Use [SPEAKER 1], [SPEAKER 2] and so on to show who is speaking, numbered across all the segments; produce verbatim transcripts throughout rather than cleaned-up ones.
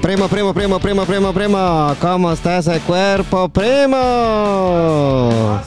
[SPEAKER 1] Primo, primo, primo, primo, primo, primo. ¿Cómo está ese cuerpo, primo?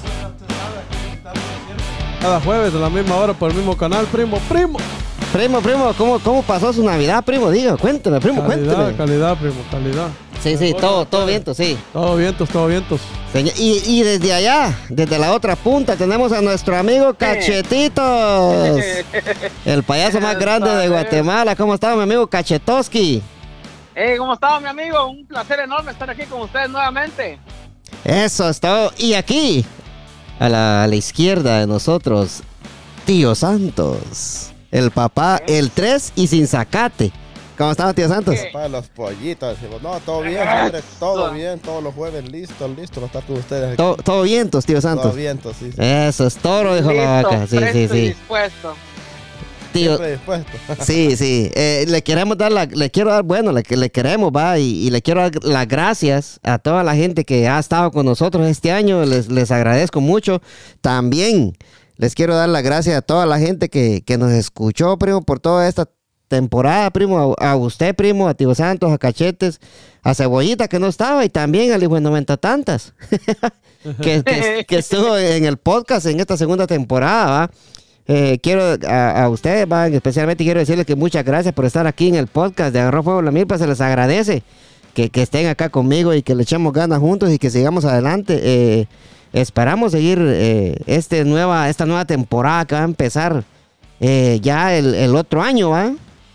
[SPEAKER 2] Cada jueves a la misma hora por el mismo canal, primo, primo.
[SPEAKER 1] Primo, primo, ¿cómo, cómo pasó su Navidad, primo? Diga, cuénteme, primo,
[SPEAKER 2] calidad,
[SPEAKER 1] cuénteme.
[SPEAKER 2] Calidad, primo, calidad.
[SPEAKER 1] Sí, sí, todo, todo vientos, sí.
[SPEAKER 2] Todo vientos, todo vientos.
[SPEAKER 1] Señor, y, y desde allá, desde la otra punta, tenemos a nuestro amigo Cachetitos. El payaso más grande de Guatemala. ¿Cómo está, mi amigo Cachetoski?
[SPEAKER 3] Hey, ¿cómo está, mi amigo? Un placer enorme estar aquí con ustedes nuevamente.
[SPEAKER 1] Eso es todo. Y aquí, a la, a la izquierda de nosotros, Tío Santos. El papá, el tres y sin zacate. ¿Cómo estaba, Tío Santos?
[SPEAKER 4] Para los pollitos. No, todo bien, siempre, todo bien, todos los jueves, listo, listo, para estar con ustedes aquí.
[SPEAKER 1] Todo, todo vientos, Tío Santos.
[SPEAKER 4] Todo vientos, sí, sí.
[SPEAKER 1] Eso es toro, dijo
[SPEAKER 3] Listo,
[SPEAKER 1] la vaca. Sí, sí, sí.
[SPEAKER 3] Dispuesto.
[SPEAKER 1] Tío,
[SPEAKER 4] Siempre dispuesto.
[SPEAKER 1] sí, sí. Eh, le queremos dar la, le quiero dar, bueno, le, le queremos, va, y, y le quiero dar las gracias a toda la gente que ha estado con nosotros este año. Les, les agradezco mucho. También les quiero dar las gracias a toda la gente que, que nos escuchó, primo, por toda esta temporada, primo, a, a usted, primo, a Tío Santos, a Cachetes, a Cebollita, que no estaba, y también al hijo de noventa tantas, que, que, que estuvo en el podcast en esta segunda temporada, ¿va? Eh, quiero a, a ustedes, ¿va? Especialmente quiero decirles que muchas gracias por estar aquí en el podcast de Agarró Fuego la Milpa, se les agradece que, que estén acá conmigo y que le echemos ganas juntos y que sigamos adelante. Eh, esperamos seguir eh, este nueva, esta nueva temporada que va a empezar eh, ya el, el otro año, ¿va?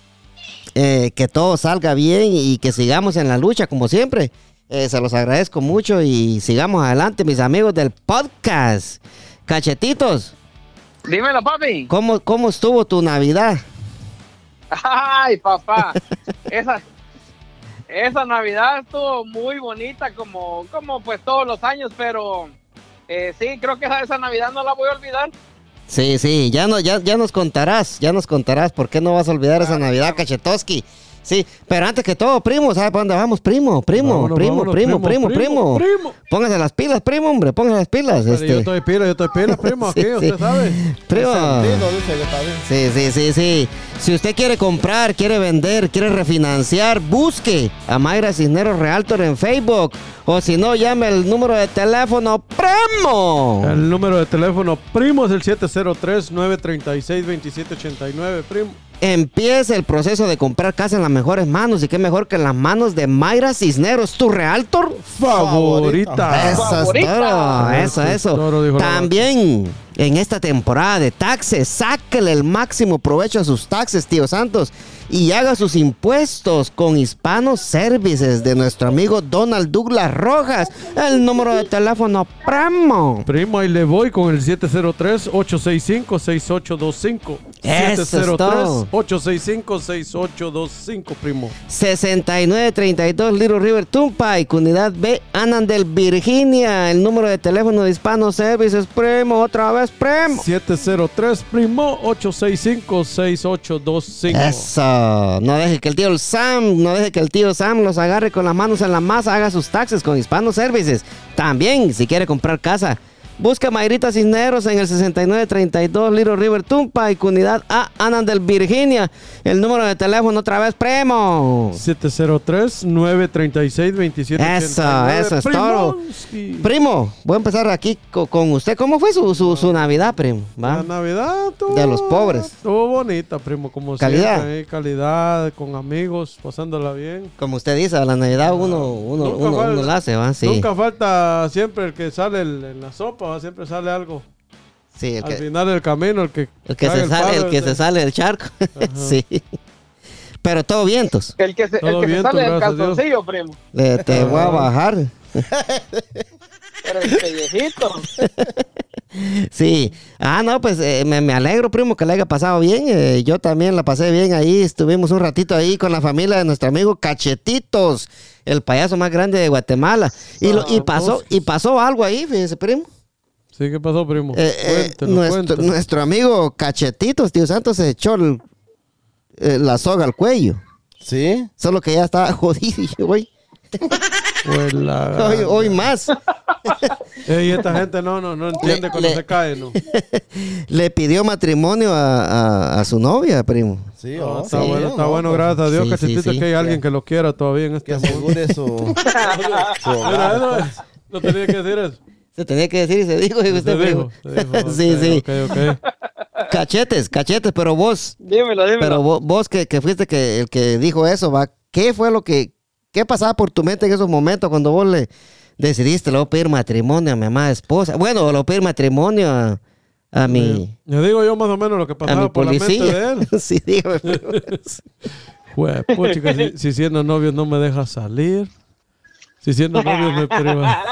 [SPEAKER 1] Eh, que todo salga bien y que sigamos en la lucha como siempre. Eh, se los agradezco mucho y sigamos adelante, mis amigos del podcast. Cachetitos,
[SPEAKER 3] Dímelo, papi.
[SPEAKER 1] ¿cómo, cómo estuvo tu Navidad?
[SPEAKER 3] Ay, papá. esa, esa Navidad estuvo muy bonita como, como pues todos los años, pero eh, sí, creo que esa, esa Navidad no la voy a olvidar.
[SPEAKER 1] Sí, sí, ya, no, ya, ya nos contarás, ya nos contarás por qué no vas a olvidar esa Navidad, Cachetoski. Sí, pero antes que todo, primo, ¿sabe para dónde vamos? Primo, primo,
[SPEAKER 2] Vámonos,
[SPEAKER 1] primo,
[SPEAKER 2] vámonos,
[SPEAKER 1] primo, primo,
[SPEAKER 2] primo,
[SPEAKER 1] primo,
[SPEAKER 2] primo.
[SPEAKER 1] Póngase las pilas, primo, hombre, póngase las pilas.
[SPEAKER 2] Pero
[SPEAKER 1] este.
[SPEAKER 2] Yo estoy pila, yo estoy pila, primo,
[SPEAKER 1] Sí,
[SPEAKER 2] aquí,
[SPEAKER 1] sí.
[SPEAKER 2] usted sabe.
[SPEAKER 1] Primo.
[SPEAKER 4] Sentido, dice que está bien.
[SPEAKER 1] Sí, sí, sí, sí. Si usted quiere comprar, quiere vender, quiere refinanciar, busque a Mayra Cisneros Realtor en Facebook. O si no, llame el número de teléfono primo.
[SPEAKER 2] El número de teléfono, primo, es el siete cero tres, nueve tres seis, dos siete ocho nueve, primo.
[SPEAKER 1] Empiece el proceso de comprar casa en las mejores manos. Y qué mejor que en las manos de Mayra Cisneros, tu Realtor
[SPEAKER 2] Favorita.
[SPEAKER 1] Eso es
[SPEAKER 3] Favorita.
[SPEAKER 1] todo, eso,
[SPEAKER 2] Eso es
[SPEAKER 1] eso.
[SPEAKER 2] todo, dijo la
[SPEAKER 1] También en esta temporada de taxes, sáquele el máximo provecho a sus taxes, Tío Santos, y haga sus impuestos con Hispano Services de nuestro amigo Donald Douglas Rojas. El número de teléfono primo.
[SPEAKER 2] Primo, ahí le voy con el siete cero tres, ocho seis cinco, seis ocho dos cinco.
[SPEAKER 1] Eso es
[SPEAKER 2] siete cero tres,
[SPEAKER 1] todo.
[SPEAKER 2] ocho seis cinco, seis ocho dos cinco, primo.
[SPEAKER 1] sesenta y nueve treinta y dos Little River Turnpike, Unidad B, Annandale, Virginia. El número de teléfono de Hispano Services, primo, otra vez, primo.
[SPEAKER 2] siete cero tres, primo, ocho seis cinco, seis ocho dos cinco.
[SPEAKER 1] Eso. No deje que el tío Sam, no deje que el tío Sam los agarre con las manos en la masa, haga sus taxes con Hispano Services. También, si quiere comprar casa, busca a Mayrita Cisneros en el sesenta y nueve treinta y dos Little River Turnpike, Unidad A, Annandale, Virginia. El número de teléfono otra vez, primo.
[SPEAKER 2] siete cero tres, nueve tres seis, dos siete ocho nueve.
[SPEAKER 1] Eso, eso es todo. Primo, voy a empezar aquí co- con usted. ¿Cómo fue su, su, su Navidad, primo? ¿Va?
[SPEAKER 2] La Navidad estuvo,
[SPEAKER 1] De los pobres.
[SPEAKER 2] Estuvo bonita, primo, como
[SPEAKER 1] Calidad.
[SPEAKER 2] siempre. eh, Calidad, con amigos, pasándola bien.
[SPEAKER 1] Como usted dice, a la Navidad uno, uno,
[SPEAKER 2] Nunca
[SPEAKER 1] uno,
[SPEAKER 2] falta-
[SPEAKER 1] uno la hace, ¿va? Sí.
[SPEAKER 2] Nunca falta siempre el que sale el- en la sopa, ¿va? Siempre sale algo.
[SPEAKER 1] Sí, el
[SPEAKER 2] Al
[SPEAKER 1] que,
[SPEAKER 2] final del camino, el que,
[SPEAKER 1] el que
[SPEAKER 2] caga
[SPEAKER 1] se sale,
[SPEAKER 2] palo,
[SPEAKER 1] el que
[SPEAKER 2] ese.
[SPEAKER 1] se sale del charco. Sí. Pero todo vientos.
[SPEAKER 3] El que se, el
[SPEAKER 2] Todo
[SPEAKER 3] que se
[SPEAKER 2] viento,
[SPEAKER 3] sale del
[SPEAKER 2] gracias a Dios.
[SPEAKER 3] calzoncillo, primo.
[SPEAKER 1] Le- te voy a bajar.
[SPEAKER 3] Pero el pellejito.
[SPEAKER 1] Sí. Ah, no, pues eh, me, me alegro, primo, que le haya pasado bien. Eh, yo también la pasé bien ahí. Estuvimos un ratito ahí con la familia de nuestro amigo Cachetitos, el payaso más grande de Guatemala. Y, lo, y, pasó, y pasó algo ahí, fíjese, primo.
[SPEAKER 2] Sí, ¿qué pasó, primo?
[SPEAKER 1] Eh, eh,
[SPEAKER 2] Cuéntelo,
[SPEAKER 1] nuestro,
[SPEAKER 2] cuéntelo.
[SPEAKER 1] nuestro amigo Cachetitos, tío Santos, se echó el- eh, la soga al cuello.
[SPEAKER 4] ¿Sí?
[SPEAKER 1] Solo que ya estaba jodido, güey.
[SPEAKER 2] Pues la-
[SPEAKER 1] Hoy, hoy más.
[SPEAKER 2] Ey, esta gente no, no, no entiende
[SPEAKER 1] Le-
[SPEAKER 2] cuando
[SPEAKER 1] le-
[SPEAKER 2] se cae, ¿no?
[SPEAKER 1] Le pidió matrimonio a, a- a su novia, primo.
[SPEAKER 4] Sí,
[SPEAKER 2] No,
[SPEAKER 4] oh,
[SPEAKER 2] está
[SPEAKER 4] sí,
[SPEAKER 2] bueno,
[SPEAKER 4] no,
[SPEAKER 2] está bueno,
[SPEAKER 4] pues,
[SPEAKER 2] gracias a Dios,
[SPEAKER 1] sí,
[SPEAKER 2] cachetito,
[SPEAKER 1] sí, sí.
[SPEAKER 2] que hay alguien que lo quiera todavía en este
[SPEAKER 4] que
[SPEAKER 2] mundo.
[SPEAKER 4] asegure su, su
[SPEAKER 2] Mira,
[SPEAKER 4] hogar.
[SPEAKER 2] no,
[SPEAKER 4] pues.
[SPEAKER 2] no tenía que decir eso.
[SPEAKER 1] Se tenía que decir y se dijo. Y usted
[SPEAKER 2] Se
[SPEAKER 1] dijo.
[SPEAKER 2] dijo, se dijo.
[SPEAKER 1] Sí,
[SPEAKER 2] Ok,
[SPEAKER 1] sí.
[SPEAKER 2] ok, ok.
[SPEAKER 1] Cachetes, cachetes, pero vos,
[SPEAKER 3] Dímelo, dímelo.
[SPEAKER 1] pero vos, vos que, que fuiste que, el que dijo eso, va, ¿qué fue lo que, qué pasaba por tu mente en esos momentos cuando vos le decidiste, le voy a pedir matrimonio a mi amada esposa? Bueno, le voy a pedir matrimonio a, a mi,
[SPEAKER 2] Le digo yo más o menos lo que
[SPEAKER 1] a mi
[SPEAKER 2] pasaba por la mente de
[SPEAKER 1] policía.
[SPEAKER 2] él.
[SPEAKER 1] Sí, dígame.
[SPEAKER 2] Jue, puchica, si, si siendo novios no me deja salir. Si siendo novios me priva.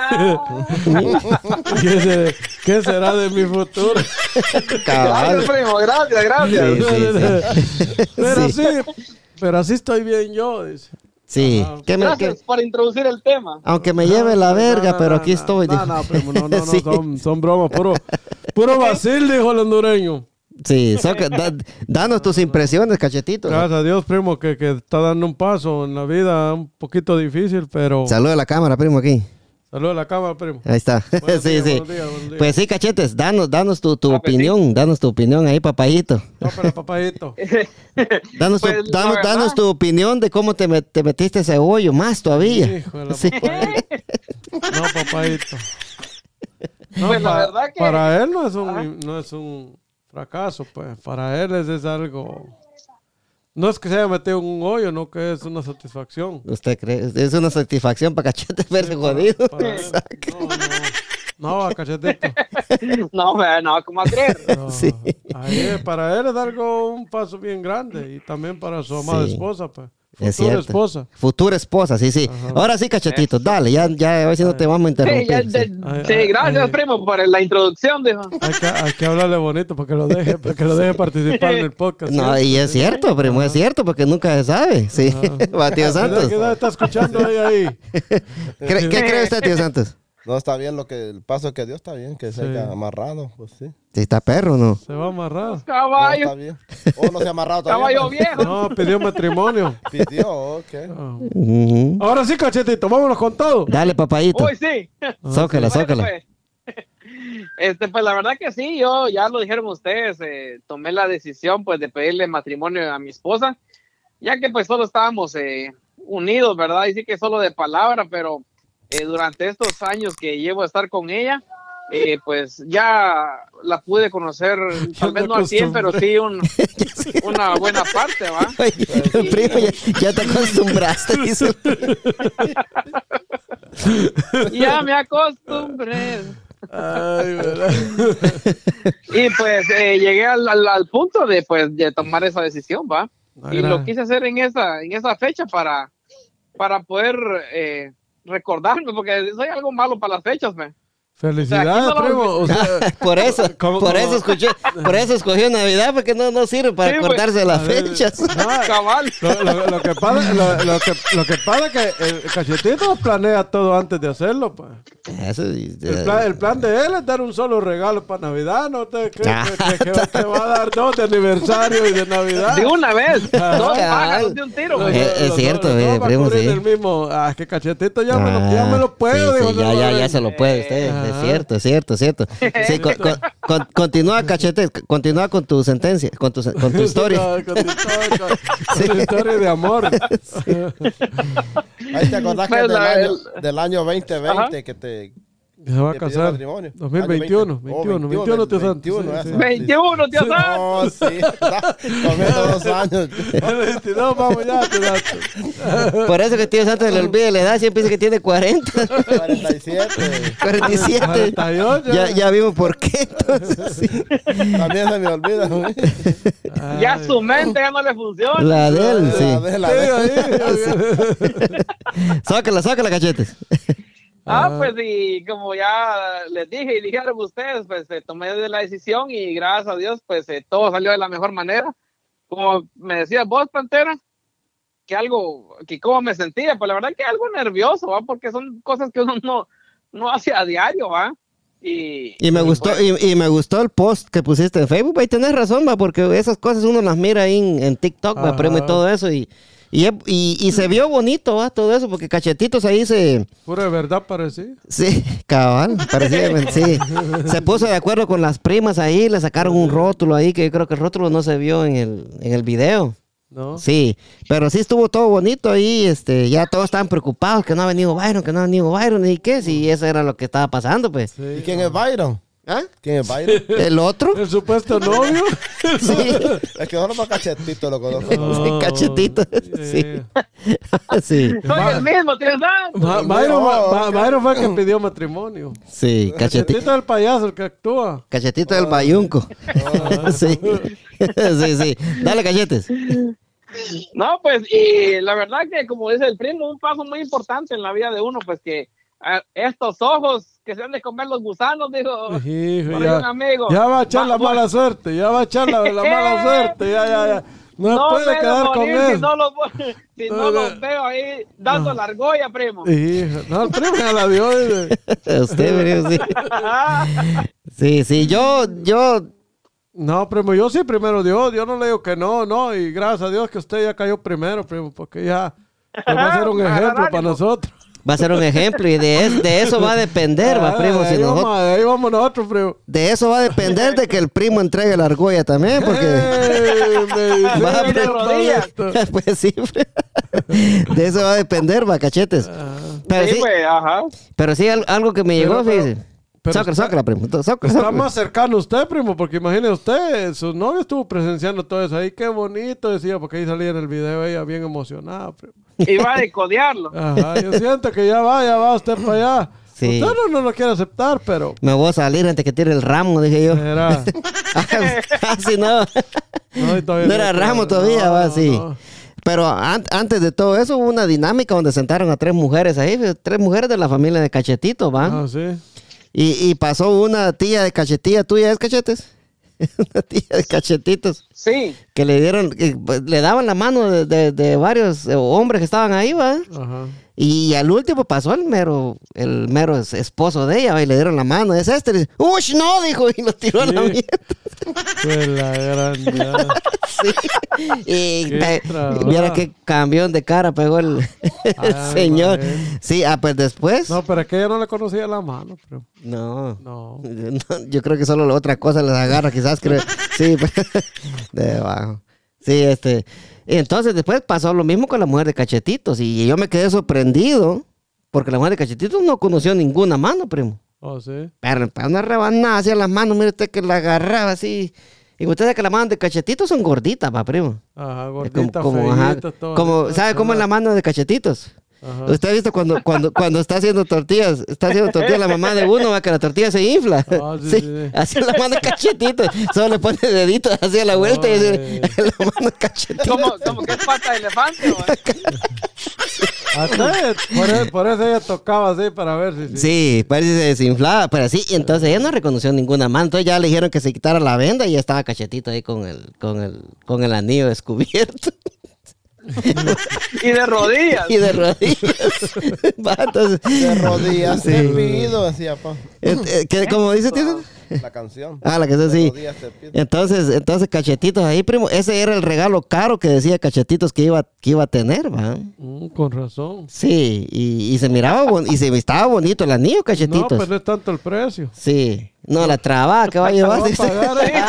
[SPEAKER 2] ¿Qué, se- qué será de mi futuro?
[SPEAKER 1] Cabal.
[SPEAKER 3] Gracias, primo, gracias, gracias.
[SPEAKER 1] Sí, sí, sí.
[SPEAKER 2] Pero
[SPEAKER 1] Sí.
[SPEAKER 2] sí, pero así estoy bien yo. Dice.
[SPEAKER 1] Sí.
[SPEAKER 2] Ajá.
[SPEAKER 1] ¿Qué me-
[SPEAKER 3] Gracias
[SPEAKER 1] qué-
[SPEAKER 3] por introducir el tema.
[SPEAKER 1] aunque me lleve la
[SPEAKER 2] No,
[SPEAKER 1] verga,
[SPEAKER 2] no,
[SPEAKER 1] pero
[SPEAKER 2] no,
[SPEAKER 1] aquí
[SPEAKER 2] no,
[SPEAKER 1] estoy.
[SPEAKER 2] No,
[SPEAKER 1] dijo.
[SPEAKER 2] no, primo, no, no, no,
[SPEAKER 1] Sí.
[SPEAKER 2] son, son bromas, puro, puro vacil, dijo el hondureño.
[SPEAKER 1] Sí, Soca, da- danos tus impresiones, cachetito.
[SPEAKER 2] Gracias a Dios, primo, que, que está dando un paso en la vida un poquito difícil, pero...
[SPEAKER 1] Saluda a la cámara, primo, aquí.
[SPEAKER 2] Saludos a la cámara, primo.
[SPEAKER 1] Ahí está.
[SPEAKER 2] Buenos
[SPEAKER 1] Sí,
[SPEAKER 2] días,
[SPEAKER 1] sí.
[SPEAKER 2] buenos días, buenos días.
[SPEAKER 1] Pues sí, cachetes, danos, danos tu, tu
[SPEAKER 3] Ah, pues sí.
[SPEAKER 1] opinión, danos tu opinión ahí, papayito.
[SPEAKER 2] No, pero papayito.
[SPEAKER 1] Danos,
[SPEAKER 3] Pues,
[SPEAKER 1] tu,
[SPEAKER 3] la
[SPEAKER 1] danos,
[SPEAKER 3] verdad-
[SPEAKER 1] danos tu opinión de cómo te, met- te metiste ese hoyo, más todavía.
[SPEAKER 2] Hijo de la
[SPEAKER 1] Sí.
[SPEAKER 2] papayito. No, papayito. No,
[SPEAKER 3] Pues la
[SPEAKER 2] pa-
[SPEAKER 3] verdad que-
[SPEAKER 2] Para él no es,
[SPEAKER 3] Ajá.
[SPEAKER 2] un, no es un fracaso, pues. Para él es, es algo... No es que se haya metido en un hoyo, no que es una satisfacción.
[SPEAKER 1] ¿Usted cree? Es una satisfacción para cachetes verse
[SPEAKER 2] Sí, para-
[SPEAKER 1] jodido.
[SPEAKER 2] para él. No, no. No, a cachetito.
[SPEAKER 3] No, hombre, no, ¿cómo a creer?
[SPEAKER 2] No,
[SPEAKER 1] Sí.
[SPEAKER 2] ahí, para él es algo, un paso bien grande. Y también para su amada
[SPEAKER 1] Sí.
[SPEAKER 2] esposa, pues.
[SPEAKER 1] Es
[SPEAKER 2] Futura
[SPEAKER 1] cierto.
[SPEAKER 2] esposa.
[SPEAKER 1] Futura esposa, sí, sí.
[SPEAKER 2] Ajá.
[SPEAKER 1] Ahora sí, cachetito, dale, ya, ya, a ver si no te vamos a
[SPEAKER 3] Sí, ya-
[SPEAKER 1] interrumpir.
[SPEAKER 3] de-
[SPEAKER 1] sí.
[SPEAKER 2] Ay,
[SPEAKER 3] sí,
[SPEAKER 2] ay,
[SPEAKER 3] gracias,
[SPEAKER 2] ay.
[SPEAKER 3] primo, por la introducción, dijo.
[SPEAKER 2] Hay que, hay que hablarle bonito para que lo deje, para que lo deje participar en el podcast.
[SPEAKER 1] No,
[SPEAKER 2] ¿sí?
[SPEAKER 1] y es cierto, primo, es cierto, porque nunca se sabe. Sí, va, tío
[SPEAKER 2] ¿Qué
[SPEAKER 1] Santos.
[SPEAKER 2] edad- qué edad está escuchando ahí? ahí?
[SPEAKER 1] ¿Cree- ¿Qué cree usted, tío Santos?
[SPEAKER 4] No, está bien lo que, el paso que dio está bien, que se
[SPEAKER 2] Sí.
[SPEAKER 4] haya amarrado, pues sí.
[SPEAKER 1] Si está perro, ¿no?
[SPEAKER 2] Se va a amarrar.
[SPEAKER 4] No, está
[SPEAKER 3] Caballo,
[SPEAKER 4] bien. O no se ha amarrado todavía.
[SPEAKER 3] caballo
[SPEAKER 4] pues.
[SPEAKER 3] viejo.
[SPEAKER 2] No, pidió matrimonio.
[SPEAKER 4] Pidió, ok.
[SPEAKER 2] Ah.
[SPEAKER 1] Ujú.
[SPEAKER 2] Ahora sí, cachetito, vámonos con todo.
[SPEAKER 1] Dale, papayito.
[SPEAKER 3] Uy, sí.
[SPEAKER 1] Zócala,
[SPEAKER 3] Bueno,
[SPEAKER 1] zócala.
[SPEAKER 3] pues, Este, pues la verdad que sí, yo ya lo dijeron ustedes, eh, tomé la decisión pues de pedirle matrimonio a mi esposa, ya que pues solo estábamos eh, unidos, ¿verdad? Y sí que solo de palabra, pero eh, durante estos años que llevo a estar con ella, eh, pues ya la pude conocer, tal
[SPEAKER 2] me
[SPEAKER 3] vez no al cien, pero sí un- una buena parte, ¿va?
[SPEAKER 1] Oye, primo, ya, ya te acostumbraste, dice.
[SPEAKER 3] Ya me acostumbré.
[SPEAKER 2] Ay, ¿verdad?
[SPEAKER 3] Y pues eh, llegué al, al, al punto de pues de tomar esa decisión, ¿va?
[SPEAKER 2] Ah,
[SPEAKER 3] Y
[SPEAKER 2] gra-
[SPEAKER 3] lo quise hacer en esa, en esa fecha para, para poder eh, recordarme, porque soy algo malo para las fechas, ¿me?
[SPEAKER 2] Felicidades,
[SPEAKER 3] O sea, aquí no lo-
[SPEAKER 2] primo. O sea,
[SPEAKER 1] Por eso,
[SPEAKER 2] ¿cómo-
[SPEAKER 1] por
[SPEAKER 2] cómo?
[SPEAKER 1] eso escuché, por eso escogió Navidad, porque no, no sirve para
[SPEAKER 3] Sí, güey.
[SPEAKER 1] acordarse de las
[SPEAKER 2] A ver,
[SPEAKER 1] fechas.
[SPEAKER 2] no,
[SPEAKER 3] Cabal.
[SPEAKER 2] Lo, lo- lo que pasa, lo, lo que, lo que pasa es que el cachetito planea todo antes de hacerlo, pues.
[SPEAKER 1] Eso, y-
[SPEAKER 2] El plan, el plan de él es dar un solo regalo para Navidad, ¿no te crees que, que- que te va a dar dos de aniversario y de Navidad?
[SPEAKER 3] De una vez,
[SPEAKER 2] Ajá.
[SPEAKER 3] dos
[SPEAKER 1] Cabal.
[SPEAKER 3] pájaros de un tiro,
[SPEAKER 2] Los-
[SPEAKER 3] güey.
[SPEAKER 1] Eh, es
[SPEAKER 2] los-
[SPEAKER 1] cierto,
[SPEAKER 2] los
[SPEAKER 1] eh,
[SPEAKER 2] dos va a
[SPEAKER 1] primo,
[SPEAKER 2] cubrir
[SPEAKER 1] sí.
[SPEAKER 2] el mismo. Ah, que cachetito ya, me, lo,
[SPEAKER 1] Ah,
[SPEAKER 2] ya me lo puedo,
[SPEAKER 1] sí,
[SPEAKER 2] dijo
[SPEAKER 1] sí, ya, ya, ya
[SPEAKER 2] Salvador.
[SPEAKER 1] se lo puede usted, es
[SPEAKER 2] Ajá.
[SPEAKER 1] cierto, es cierto, es cierto. Sí, con- con- con- continúa, cachete, continúa con tu sentencia, con tu, con tu historia.
[SPEAKER 2] No, con tu historia, con- con tu historia de amor.
[SPEAKER 4] Ahí te acordás que
[SPEAKER 3] Pues,
[SPEAKER 4] del
[SPEAKER 3] la-
[SPEAKER 4] año,
[SPEAKER 3] el-
[SPEAKER 4] del año veinte veinte
[SPEAKER 3] Ajá.
[SPEAKER 4] que te
[SPEAKER 2] Se va a
[SPEAKER 4] que pidió
[SPEAKER 2] casar.
[SPEAKER 4] matrimonio.
[SPEAKER 2] dos mil veintiuno,
[SPEAKER 4] Año veinte.
[SPEAKER 2] veintiuno,
[SPEAKER 4] Oh,
[SPEAKER 2] veintiuno, tío Santos.
[SPEAKER 4] veintiuno,
[SPEAKER 2] Sí,
[SPEAKER 4] eso.
[SPEAKER 2] sí.
[SPEAKER 3] veintiuno, tío Santos.
[SPEAKER 4] No, sí, está comiendo dos años.
[SPEAKER 2] veintidós, vamos ya, tío Santos.
[SPEAKER 1] Por eso que tío Santos le olvide la edad, siempre dice que tiene cuarenta,
[SPEAKER 4] cuarenta y siete.
[SPEAKER 1] cuarenta y siete.
[SPEAKER 2] cuarenta y ocho.
[SPEAKER 1] Ya, ya vimos por qué. Entonces, sí.
[SPEAKER 4] También se me olvida. güey.
[SPEAKER 3] Ya
[SPEAKER 2] Ay.
[SPEAKER 3] su mente ya no le funciona.
[SPEAKER 1] La de él,
[SPEAKER 4] La
[SPEAKER 1] sí.
[SPEAKER 4] de- la
[SPEAKER 2] Sí,
[SPEAKER 4] de-
[SPEAKER 2] ahí,
[SPEAKER 1] Sácala, sácala, cachetes.
[SPEAKER 3] Ah,
[SPEAKER 2] Ajá.
[SPEAKER 3] pues y como ya les dije y dijeron ustedes, pues eh, tomé de la decisión y gracias a Dios, pues eh, todo salió de la mejor manera. Como me decías vos, Pantera, que algo, que cómo me sentía, pues la verdad que algo nervioso, ¿va? Porque son cosas que uno no, no hace a diario, ¿va? Y,
[SPEAKER 1] Y me gustó,
[SPEAKER 3] pues,
[SPEAKER 1] y, y me gustó el post que pusiste en Facebook. Ahí tenés razón, va, porque esas cosas uno las mira ahí en, en TikTok, va,
[SPEAKER 2] Ajá.
[SPEAKER 1] primo, y todo eso. Y, Y, y, y se vio bonito, ¿va? Todo eso, porque Cachetitos ahí se...
[SPEAKER 2] Pura de verdad parecía.
[SPEAKER 1] Sí, cabal, parecía, sí. Se puso de acuerdo con las primas ahí, le sacaron un rótulo ahí, que yo creo que el rótulo no se vio en el, en el video.
[SPEAKER 2] ¿No?
[SPEAKER 1] Sí, pero sí estuvo todo bonito ahí, este, ya todos estaban preocupados que no ha venido Byron, que no ha venido Byron, y qué, si eso era lo que estaba pasando, pues.
[SPEAKER 2] Sí.
[SPEAKER 4] ¿Y quién es Byron?
[SPEAKER 1] ¿Ah?
[SPEAKER 4] ¿Quién es Byron?
[SPEAKER 1] ¿El otro?
[SPEAKER 2] El supuesto novio.
[SPEAKER 1] Sí,
[SPEAKER 4] Es que solo para Cachetito lo conozco.
[SPEAKER 1] sí, Cachetito, sí. Sí,
[SPEAKER 3] Soy el mismo, ¿tienes nada?
[SPEAKER 2] Ma- Byron, Ma- Ma- Byron fue el que pidió matrimonio.
[SPEAKER 1] sí, Cachetito.
[SPEAKER 2] Cachetito es el payaso, el que actúa.
[SPEAKER 1] Cachetito del bayunco. Sí. Sí, sí. Dale, cachetes.
[SPEAKER 3] No, pues, y la verdad que, como dice el primo, un paso muy importante en la vida de uno, pues que a estos ojos que se han de comer los gusanos, dijo
[SPEAKER 2] Hijo,
[SPEAKER 3] por ahí
[SPEAKER 2] ya,
[SPEAKER 3] un amigo.
[SPEAKER 2] ya va a echar la
[SPEAKER 3] Va-
[SPEAKER 2] mala suerte, ya va a echar la, la mala suerte, ya, ya, ya. No,
[SPEAKER 3] No
[SPEAKER 2] puede
[SPEAKER 3] me
[SPEAKER 2] quedar con
[SPEAKER 3] morir
[SPEAKER 2] él.
[SPEAKER 3] si no los, voy- si
[SPEAKER 2] No,
[SPEAKER 3] no
[SPEAKER 2] no.
[SPEAKER 3] los veo ahí dando la argolla, primo.
[SPEAKER 2] Hijo, no, el primo ya la dio. Dice.
[SPEAKER 1] Usted, pero sí. Sí, sí, yo, yo,
[SPEAKER 2] No, primo, yo sí primero Dios, yo no le digo que no, no, y gracias a Dios que usted ya cayó primero, primo, porque ya usted va a ser un ejemplo para nosotros.
[SPEAKER 1] va a ser un ejemplo y de, es- de eso va a depender, va, primo.
[SPEAKER 2] Ah,
[SPEAKER 1] Si
[SPEAKER 2] ahí,
[SPEAKER 1] nosotros-
[SPEAKER 2] vamos, ahí vamos nosotros, primo.
[SPEAKER 1] de eso va a depender de que el primo entregue la argolla también, porque...
[SPEAKER 2] Eh, me
[SPEAKER 1] Va a
[SPEAKER 2] dice,
[SPEAKER 3] de rodillas.
[SPEAKER 2] esto.
[SPEAKER 1] pues sí, de eso va a depender, va, cachetes. Pero
[SPEAKER 3] Sí,
[SPEAKER 1] sí,
[SPEAKER 3] pues, ajá.
[SPEAKER 1] pero sí al- algo que me llegó,
[SPEAKER 2] Pero- pero-
[SPEAKER 1] fíjese.
[SPEAKER 2] pero
[SPEAKER 1] Sócrates,
[SPEAKER 2] está-
[SPEAKER 1] Sócrates, primo. Sócrates,
[SPEAKER 2] Está
[SPEAKER 1] Sócrates.
[SPEAKER 2] más cercano usted, primo, porque imagine usted, su novio estuvo presenciando todo eso ahí, qué bonito decía, porque ahí salía en el video ella bien emocionada, primo.
[SPEAKER 3] Iba a codearlo.
[SPEAKER 2] Ajá, yo siento que ya va, ya va usted para allá.
[SPEAKER 1] Sí.
[SPEAKER 2] Usted no, no lo quiere aceptar, pero...
[SPEAKER 1] Me voy a salir antes que tire el ramo, dije yo.
[SPEAKER 2] Era...
[SPEAKER 1] Ah, sí, no.
[SPEAKER 2] No, y todavía
[SPEAKER 1] No era
[SPEAKER 2] no,
[SPEAKER 1] ramo
[SPEAKER 2] no,
[SPEAKER 1] todavía, va,
[SPEAKER 2] no,
[SPEAKER 1] sí.
[SPEAKER 2] no.
[SPEAKER 1] Pero an- antes de todo eso hubo una dinámica donde sentaron a tres mujeres ahí, tres mujeres de la familia de Cachetito, ¿va?
[SPEAKER 2] Ah, sí.
[SPEAKER 1] Y, y pasó una tía de Cachetilla, ¿tuya es Cachetes? Una tía de Cachetitos,
[SPEAKER 3] Sí.
[SPEAKER 1] que le dieron, que, pues, le daban la mano de, de- de varios eh, hombres que estaban ahí, ¿va?
[SPEAKER 2] Ajá.
[SPEAKER 1] Y al último pasó el mero, el mero es- esposo de ella, ¿va? Y le dieron la mano, es este, y dice, ¡ush, no! Dijo, y lo tiró a la
[SPEAKER 2] Sí.
[SPEAKER 1] mierda.
[SPEAKER 2] Fue la gran... ya.
[SPEAKER 1] Sí. Y
[SPEAKER 2] Qué
[SPEAKER 1] pe-
[SPEAKER 2] trabajo.
[SPEAKER 1] viera qué cambión de cara pegó el, el
[SPEAKER 2] Ay,
[SPEAKER 1] señor.
[SPEAKER 2] madre.
[SPEAKER 1] Sí, ah, pues después.
[SPEAKER 2] No, pero es que ella no le conocía la mano, pero...
[SPEAKER 1] No.
[SPEAKER 2] No.
[SPEAKER 1] No, yo creo que solo la otra cosa les agarra, quizás creo. Sí, debajo. Sí, este. y entonces después pasó lo mismo con la mujer de Cachetitos. Y yo me quedé sorprendido porque la mujer de Cachetitos no conoció ninguna mano, primo.
[SPEAKER 2] Oh, sí.
[SPEAKER 1] Pero para una rebanada hacia las manos, mire usted que la agarraba así. Y usted sabe que las manos de Cachetitos son gorditas, pa, primo.
[SPEAKER 2] Ajá,
[SPEAKER 1] Es
[SPEAKER 2] gordita,
[SPEAKER 1] como, como, ajá,
[SPEAKER 2] feíta, toda-
[SPEAKER 1] como- ¿sabe cómo es la mano de Cachetitos?
[SPEAKER 2] Ajá.
[SPEAKER 1] Usted ha visto cuando, cuando, cuando está haciendo tortillas, está haciendo tortillas la mamá de uno, va que la tortilla se infla.
[SPEAKER 2] Ah, sí, sí, sí.
[SPEAKER 1] Así la mano de Cachetitos. Solo le pone deditos hacia la vuelta y
[SPEAKER 2] Ay.
[SPEAKER 1] dice, la mano de Cachetitos.
[SPEAKER 3] Como, como que es pata de elefante, ¿o?
[SPEAKER 2] Hasta ella- por, e- por eso ella tocaba así para ver si... si-
[SPEAKER 1] Sí, parece que se desinflaba, pero sí, y entonces ella no reconoció ninguna mano. Entonces ya le dijeron que se quitara la venda y ya estaba Cachetito ahí con el, con el, con el anillo descubierto.
[SPEAKER 3] Y de rodillas.
[SPEAKER 1] Y de rodillas. Va, entonces,
[SPEAKER 4] De rodillas
[SPEAKER 1] Sí.
[SPEAKER 4] te pido, decía pa.
[SPEAKER 1] eh, eh, ¿qué- ¿cómo dice, tío?
[SPEAKER 4] La canción.
[SPEAKER 1] Ah, la que es
[SPEAKER 4] De
[SPEAKER 1] así.
[SPEAKER 4] rodillas te pido.
[SPEAKER 1] Entonces, entonces Cachetitos ahí, primo, ese era el regalo caro que decía Cachetitos que iba, que iba a tener, ¿va?
[SPEAKER 2] Mm, con razón.
[SPEAKER 1] Sí, y, y se miraba bon- y se estaba bonito el anillo,
[SPEAKER 2] No,
[SPEAKER 1] Cachetitos.
[SPEAKER 2] pues no es tanto el precio.
[SPEAKER 1] Sí, no, la traba que va a llevar.
[SPEAKER 2] va a pagar, ¿eh?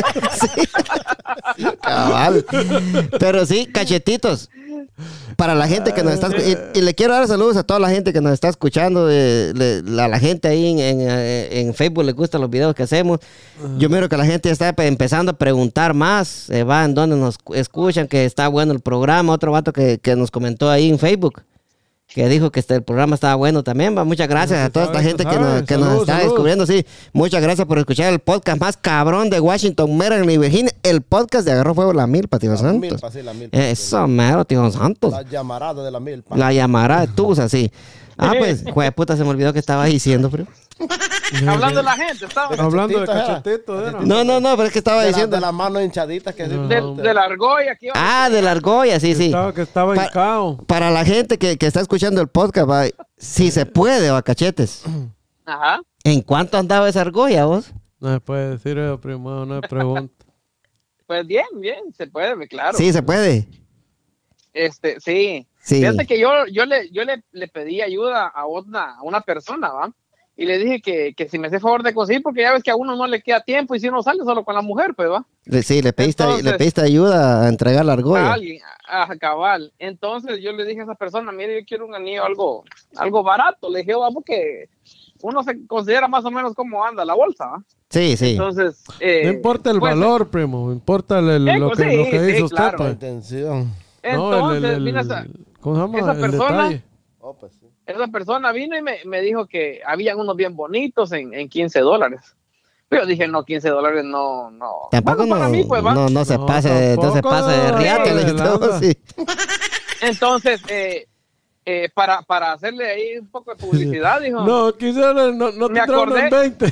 [SPEAKER 1] Sí. Cabal. Pero sí, Cachetitos. Para la gente que nos está escuchando, y, y le quiero dar saludos a toda la gente que nos está escuchando, de, le- a la gente ahí en, en, eh, en Facebook le gustan los videos que hacemos. Yo miro que la gente está pe- empezando a preguntar más, eh, va en donde nos cu- escuchan, que está bueno el programa. Otro vato que, que nos comentó ahí en Facebook, que dijo que este, el programa estaba bueno también. Va, muchas gracias a toda esta
[SPEAKER 2] Sabe,
[SPEAKER 1] gente que,
[SPEAKER 2] sabe.
[SPEAKER 1] nos, que nos
[SPEAKER 2] Saludos,
[SPEAKER 1] está
[SPEAKER 2] saludos.
[SPEAKER 1] descubriendo. Sí, muchas gracias por escuchar el podcast más cabrón de Washington, Maryland y Virginia. El podcast de Agarró Fuego la Milpa, tío
[SPEAKER 4] La
[SPEAKER 1] Santos.
[SPEAKER 4] milpa, sí, la milpa.
[SPEAKER 1] Eso, mero, tío Santos.
[SPEAKER 4] La llamarada de la milpa.
[SPEAKER 1] La llamará de Tusa, sí. Ah, pues, juez puta, se me olvidó que estaba diciendo, pero.
[SPEAKER 3] Hablando de la gente, ¿estaba?
[SPEAKER 2] Hablando de
[SPEAKER 4] Cachetitos, era.
[SPEAKER 2] cachetitos, era.
[SPEAKER 1] No, no, no, pero es que estaba
[SPEAKER 4] de, la,
[SPEAKER 1] diciendo.
[SPEAKER 4] de las manos hinchaditas que
[SPEAKER 2] No.
[SPEAKER 3] De, de la argolla que iba a
[SPEAKER 1] Ah, de la argolla, sí, sí.
[SPEAKER 2] Estaba, que estaba
[SPEAKER 1] Pa-
[SPEAKER 2] hincado.
[SPEAKER 1] Para la gente que, que está escuchando el podcast, va, si se puede, va, cachetes.
[SPEAKER 3] Ajá.
[SPEAKER 1] ¿En cuánto andaba esa argolla, vos?
[SPEAKER 2] No se puede decir eso, primo, no es pregunta.
[SPEAKER 3] Pues bien, bien, se puede, claro.
[SPEAKER 1] Sí, se puede.
[SPEAKER 3] Este, sí.
[SPEAKER 1] Sí.
[SPEAKER 3] Fíjate que yo, yo, le, yo le, le pedí ayuda a una, a una persona, ¿va? Y le dije que, que si me hacía favor de conseguir, porque ya ves que a uno no le queda tiempo y si uno sale solo con la mujer, pues, ¿va?
[SPEAKER 1] Le- Sí, le pediste,
[SPEAKER 3] Entonces-
[SPEAKER 1] le pediste ayuda a entregar la
[SPEAKER 3] A
[SPEAKER 1] argolla.
[SPEAKER 3] alguien, a cabal. Entonces yo le dije a esa persona, mire, yo quiero un anillo algo, algo barato. Le dije, va, porque uno se considera más o menos cómo anda la bolsa, ¿va?
[SPEAKER 1] Sí, sí.
[SPEAKER 3] Entonces, eh,
[SPEAKER 2] No importa el
[SPEAKER 3] pues,
[SPEAKER 2] valor, primo. Importa el- el-
[SPEAKER 3] Eh,
[SPEAKER 2] lo, que,
[SPEAKER 3] sí,
[SPEAKER 2] lo que
[SPEAKER 3] sí,
[SPEAKER 2] hizo usted,
[SPEAKER 3] claro.
[SPEAKER 4] La
[SPEAKER 2] pues.
[SPEAKER 4] intención.
[SPEAKER 3] Entonces,
[SPEAKER 2] No, el- el-
[SPEAKER 3] vino
[SPEAKER 2] el-
[SPEAKER 3] esa,
[SPEAKER 2] ¿cómo se llama?
[SPEAKER 3] esa
[SPEAKER 2] El
[SPEAKER 3] persona-
[SPEAKER 2] detalle.
[SPEAKER 4] Oh, pues sí.
[SPEAKER 3] esa persona vino y me, me dijo que habían unos bien bonitos en, en quince dólares. Pero yo dije, no, quince dólares no, no.
[SPEAKER 1] Tampoco
[SPEAKER 3] Bueno,
[SPEAKER 1] no,
[SPEAKER 3] para mí, pues, va.
[SPEAKER 1] no, no se
[SPEAKER 2] No,
[SPEAKER 1] pase, de- no se
[SPEAKER 2] tampoco,
[SPEAKER 1] pase de
[SPEAKER 2] no,
[SPEAKER 1] riata.
[SPEAKER 3] no,
[SPEAKER 1] le
[SPEAKER 2] de
[SPEAKER 1] dije, todo,
[SPEAKER 2] lanza.
[SPEAKER 1] sí.
[SPEAKER 3] Entonces, eh, eh, para, para hacerle ahí un poco de publicidad, dijo.
[SPEAKER 2] No, quizás no, no, no
[SPEAKER 3] Me
[SPEAKER 2] te traen
[SPEAKER 3] acordé.
[SPEAKER 2] en veinte.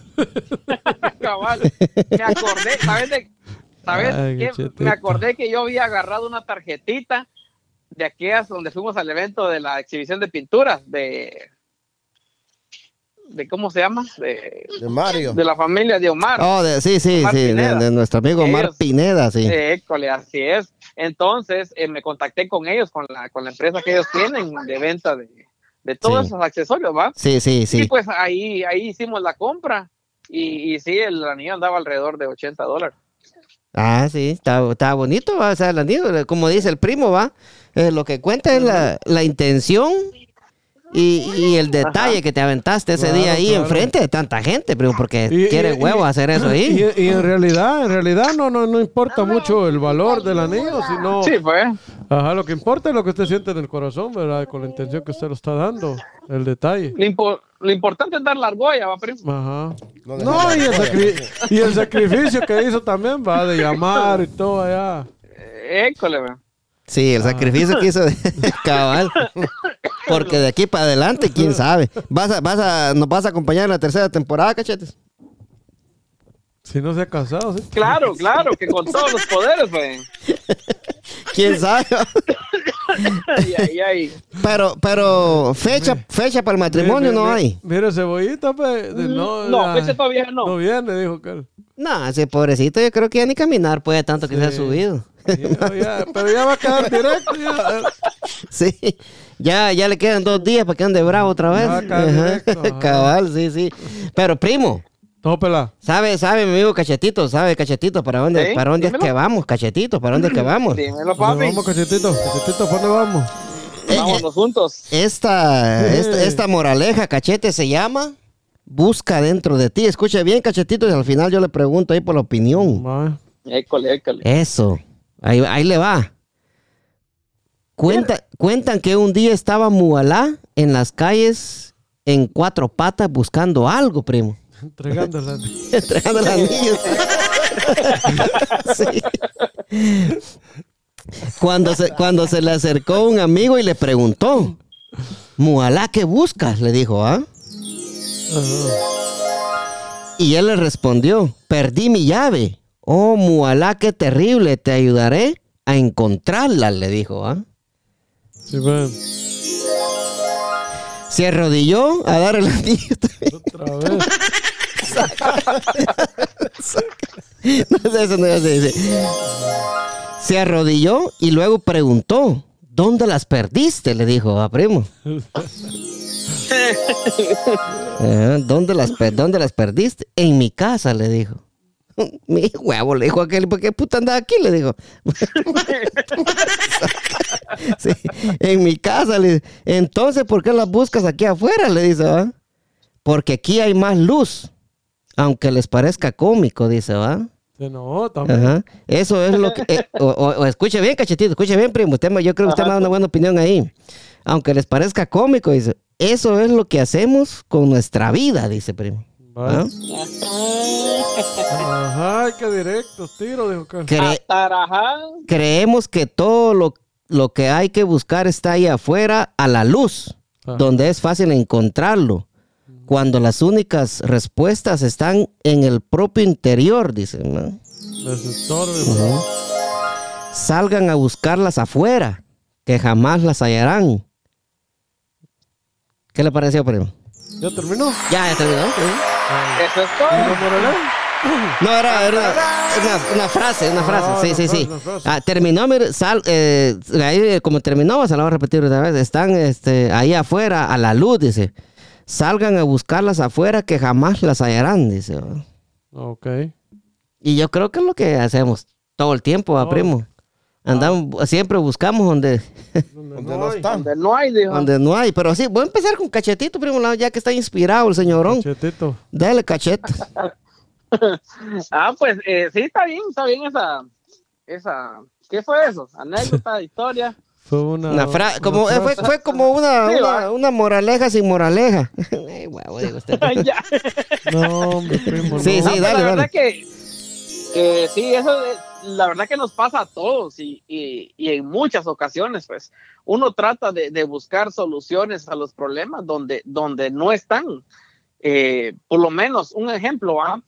[SPEAKER 3] Cabal, me acordé, ¿sabes de ¿sabes
[SPEAKER 2] Ay,
[SPEAKER 3] qué?
[SPEAKER 2] cachetito.
[SPEAKER 3] Me acordé que yo había agarrado una tarjetita de aquellas donde fuimos al evento de la exhibición de pinturas de de ¿cómo se llama? De,
[SPEAKER 4] De Mario.
[SPEAKER 3] de la familia de Omar.
[SPEAKER 1] Oh, de- sí, sí,
[SPEAKER 3] Omar
[SPEAKER 1] sí, de,
[SPEAKER 3] Pineda.
[SPEAKER 1] de nuestro amigo Omar
[SPEAKER 3] Ellos-
[SPEAKER 1] Pineda, sí.
[SPEAKER 3] Eh, école, así es. Entonces eh, me contacté con ellos, con la con la empresa que ellos tienen de venta de, de todos
[SPEAKER 1] Sí.
[SPEAKER 3] esos accesorios, ¿va?
[SPEAKER 1] Sí, sí,
[SPEAKER 3] Y
[SPEAKER 1] sí.
[SPEAKER 3] pues ahí ahí hicimos la compra y, y sí, el anillo andaba alrededor de ochenta dólares.
[SPEAKER 1] Ah, sí, está, está bonito, va. O sea, el anillo, como dice el primo, va. Eh, lo que cuenta es la, la intención y, y el detalle
[SPEAKER 3] Ajá.
[SPEAKER 1] que te aventaste ese
[SPEAKER 2] Claro,
[SPEAKER 1] día ahí
[SPEAKER 2] claro.
[SPEAKER 1] enfrente de tanta gente, primo, porque
[SPEAKER 2] Y-
[SPEAKER 1] quiere
[SPEAKER 2] y-
[SPEAKER 1] huevo
[SPEAKER 2] y-
[SPEAKER 1] hacer eso ahí.
[SPEAKER 2] Y, y en realidad, en realidad no, no, no importa mucho el valor del anillo, sino
[SPEAKER 3] Sí, pues.
[SPEAKER 2] ajá, lo que importa es lo que usted siente en el corazón, ¿verdad? Con la intención que usted lo está dando, el detalle.
[SPEAKER 3] Lo, impo- lo importante es dar la argolla, va, primo.
[SPEAKER 2] Ajá.
[SPEAKER 4] No,
[SPEAKER 2] No, y el,
[SPEAKER 4] dejar-
[SPEAKER 2] sacri- y el sacrificio que hizo también, va, de llamar y todo allá.
[SPEAKER 3] Eh, École, va.
[SPEAKER 1] Sí, el sacrificio que hizo de cabal. Porque de aquí para adelante, quién sabe. ¿Vas a, vas a, ¿Nos vas a acompañar en la tercera temporada, cachetes?
[SPEAKER 2] Si no se ha casado, sí.
[SPEAKER 3] Claro, claro, que con todos los poderes, pues.
[SPEAKER 1] ¿Quién sabe?
[SPEAKER 3] Ay, ay, ay.
[SPEAKER 1] Pero, pero fecha, fecha para el matrimonio
[SPEAKER 2] Mire,
[SPEAKER 1] no
[SPEAKER 2] mire,
[SPEAKER 1] hay.
[SPEAKER 2] Mire, cebollita, pues. de- No,
[SPEAKER 3] No,
[SPEAKER 2] ya-
[SPEAKER 3] fecha todavía no.
[SPEAKER 2] No viene, dijo que él.
[SPEAKER 1] No, ese pobrecito yo creo que ya ni caminar puede tanto que
[SPEAKER 2] Sí.
[SPEAKER 1] se ha subido.
[SPEAKER 2] Ya, ya, pero ya va a quedar directo. Ya,
[SPEAKER 1] Sí, ya, ya le quedan dos días para que ande bravo otra vez.
[SPEAKER 2] Ya, acá
[SPEAKER 1] Ajá.
[SPEAKER 2] directo, ajá.
[SPEAKER 1] Cabal, sí, sí. Pero primo,
[SPEAKER 2] tópela.
[SPEAKER 1] sabe, sabe mi amigo Cachetito, sabe Cachetito para dónde,
[SPEAKER 3] Sí,
[SPEAKER 1] para dónde es
[SPEAKER 3] dímelo.
[SPEAKER 1] que vamos, Cachetito, para dónde es que vamos.
[SPEAKER 3] Dímelo,
[SPEAKER 2] ¿Dónde
[SPEAKER 3] papi.
[SPEAKER 2] vamos, cachetito? Cachetito, ¿por dónde vamos?
[SPEAKER 1] Eh,
[SPEAKER 3] Vámonos juntos.
[SPEAKER 1] Esta,
[SPEAKER 2] Sí.
[SPEAKER 1] esta, esta moraleja, Cachete, se llama Busca dentro de ti. Escuche bien, Cachetito, y al final yo le pregunto ahí por la opinión.
[SPEAKER 2] Va.
[SPEAKER 3] École, école.
[SPEAKER 1] Eso, ahí, ahí le va. Cuenta, cuentan que un día estaba Mualá en las calles en cuatro patas buscando algo, primo.
[SPEAKER 2] Entregándola.
[SPEAKER 1] Entregando las niñas. Sí. Cuando se, cuando se le acercó un amigo y le preguntó, Mualá, ¿qué buscas? Le dijo, ¿ah? Y él le respondió, perdí mi llave. Oh, Mualá, qué terrible, te ayudaré a encontrarla, le dijo, ¿ah?
[SPEAKER 2] Sí, ven.
[SPEAKER 1] Se arrodilló a dar el anillo.
[SPEAKER 2] Otra vez.
[SPEAKER 1] No sé, eso no es así, sí. Se arrodilló y luego preguntó, ¿dónde las perdiste? Le dijo a primo. Ajá, ¿Dónde las, per- ¿Dónde las perdiste? En mi casa, le dijo. Mi huevo, le dijo aquel, ¿por qué puta andaba aquí? Le dijo. Sí, en mi casa, le dice. Entonces, ¿por qué las buscas aquí afuera? Le dice, ¿va? Porque aquí hay más luz, aunque les parezca cómico, dice, ¿va?
[SPEAKER 2] Se enojó también.
[SPEAKER 1] Ajá. Eso es lo que... eh, o, o- o escuche bien, Cachetito, escuche bien, primo. Usted, me- yo creo que usted me da una buena opinión ahí. Aunque les parezca cómico, dice. Eso es lo que hacemos con nuestra vida, dice, primo.
[SPEAKER 2] Va.
[SPEAKER 1] ¿Ah?
[SPEAKER 2] Ajá, qué directo, tiro, dijo que.
[SPEAKER 1] Cre-
[SPEAKER 3] Tarajá.
[SPEAKER 1] creemos que todo lo, lo que hay que buscar está ahí afuera, a la luz,
[SPEAKER 2] Ajá.
[SPEAKER 1] donde es fácil encontrarlo. Cuando las únicas respuestas están en el propio interior, dice, ¿no?
[SPEAKER 2] Les estorbe.
[SPEAKER 1] Ujú. Salgan a buscarlas afuera, que jamás las hallarán. ¿Qué le pareció, primo?
[SPEAKER 2] ¿Ya terminó?
[SPEAKER 1] Ya, ya terminó. ¿sí?
[SPEAKER 3] Eso es
[SPEAKER 2] ¿Y
[SPEAKER 3] todo.
[SPEAKER 2] la moraleja?
[SPEAKER 1] No, era, era una, una, una frase, una frase,
[SPEAKER 2] Ah,
[SPEAKER 1] sí,
[SPEAKER 2] una
[SPEAKER 1] sí,
[SPEAKER 2] frase,
[SPEAKER 1] sí.
[SPEAKER 2] una frase.
[SPEAKER 1] Ah, terminó, mire, sal, eh, ahí como terminó, se lo voy a repetir otra vez. Están este, ahí afuera, a la luz, dice. Salgan a buscarlas afuera que jamás las hallarán, dice. ¿va?
[SPEAKER 2] Ok.
[SPEAKER 1] Y yo creo que es lo que hacemos todo el tiempo, ¿va,
[SPEAKER 2] No.
[SPEAKER 1] primo? Andamos, siempre buscamos donde,
[SPEAKER 2] Donde
[SPEAKER 4] Donde no
[SPEAKER 2] hay.
[SPEAKER 4] están.
[SPEAKER 3] Donde no hay, dijo.
[SPEAKER 1] donde no hay. Pero sí, voy a empezar con Cachetito, primo, ya que está inspirado el señorón.
[SPEAKER 2] Cachetito.
[SPEAKER 1] Dale, Cachete.
[SPEAKER 3] Ah, pues eh, sí, está bien, está bien esa, esa, ¿qué fue eso? Anécdota, historia.
[SPEAKER 2] Fue una,
[SPEAKER 1] Una fra-
[SPEAKER 2] una
[SPEAKER 1] como, eh, fue,
[SPEAKER 2] frase.
[SPEAKER 1] fue como una,
[SPEAKER 3] Sí,
[SPEAKER 1] una,
[SPEAKER 3] va.
[SPEAKER 1] una moraleja sin moraleja. Ay, huevo, digo usted.
[SPEAKER 3] Ya.
[SPEAKER 2] No, hombre, primo.
[SPEAKER 1] Sí,
[SPEAKER 2] no.
[SPEAKER 1] sí,
[SPEAKER 3] No, pues,
[SPEAKER 1] dale,
[SPEAKER 3] la verdad
[SPEAKER 1] dale.
[SPEAKER 3] que, que sí, eso es- la verdad que nos pasa a todos y, y, y en muchas ocasiones, pues, uno trata de, de buscar soluciones a los problemas donde, donde no están. Eh, por lo menos, un ejemplo, ¿ah?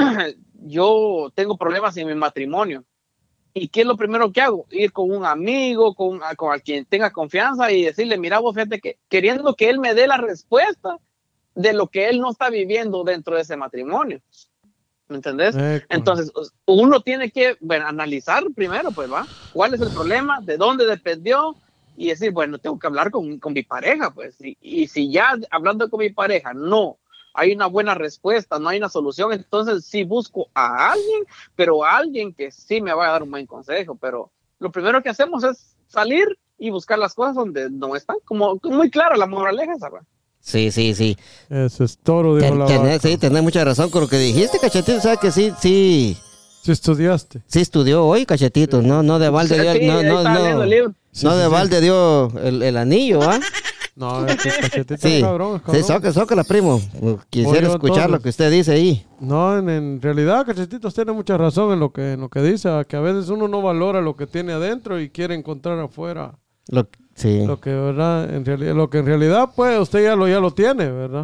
[SPEAKER 3] Yo tengo problemas en mi matrimonio. ¿Y qué es lo primero que hago? Ir con un amigo, con, con a quien tenga confianza y decirle, mira vos, fíjate que queriendo que él me dé la respuesta de lo que él no está viviendo dentro de ese matrimonio. ¿Me entendés?
[SPEAKER 2] Eh,
[SPEAKER 3] Entonces, uno tiene que bueno, analizar primero, pues, ¿va? ¿Cuál es el problema? ¿De dónde dependió? Y decir, bueno, tengo que hablar con, con mi pareja, pues. Y, y si ya hablando con mi pareja no hay una buena respuesta, no hay una solución, entonces sí busco a alguien, pero a alguien que sí me va a dar un buen consejo. Pero lo primero que hacemos es salir y buscar las cosas donde no están. Como muy claro, la moraleja esa, ¿va?
[SPEAKER 1] Sí, sí, sí.
[SPEAKER 2] Ese es toro, dijo
[SPEAKER 1] Ten-
[SPEAKER 2] la
[SPEAKER 1] tenés,
[SPEAKER 2] vaca.
[SPEAKER 1] sí, tenés mucha razón con lo que dijiste, Cachetito. ¿Sabes que sí, sí,
[SPEAKER 2] Si estudiaste.
[SPEAKER 1] sí estudió hoy, Cachetito? No, no de balde dio,
[SPEAKER 3] Sí,
[SPEAKER 1] no,
[SPEAKER 3] ahí
[SPEAKER 1] no,
[SPEAKER 3] estaba leyendo el
[SPEAKER 1] no,
[SPEAKER 3] libro.
[SPEAKER 2] Sí,
[SPEAKER 1] no
[SPEAKER 2] sí,
[SPEAKER 1] de
[SPEAKER 2] sí.
[SPEAKER 1] balde dio el, el anillo, ¿ah?
[SPEAKER 2] No, es que Cachetito
[SPEAKER 1] Sí,
[SPEAKER 2] es cabrón, es
[SPEAKER 1] sí,
[SPEAKER 2] cabrón.
[SPEAKER 1] zócala, zócala, primo. Quisiera
[SPEAKER 2] Voy yo,
[SPEAKER 1] escuchar lo
[SPEAKER 2] entonces.
[SPEAKER 1] que usted dice ahí.
[SPEAKER 2] No, en, en realidad Cachetitos tiene mucha razón en lo que, en lo que dice, ah, que a veces uno no valora lo que tiene adentro y quiere encontrar afuera
[SPEAKER 1] Lo, sí.
[SPEAKER 2] lo que, ¿verdad? En realidad, lo que en realidad, pues, usted ya lo, ya lo tiene, ¿verdad?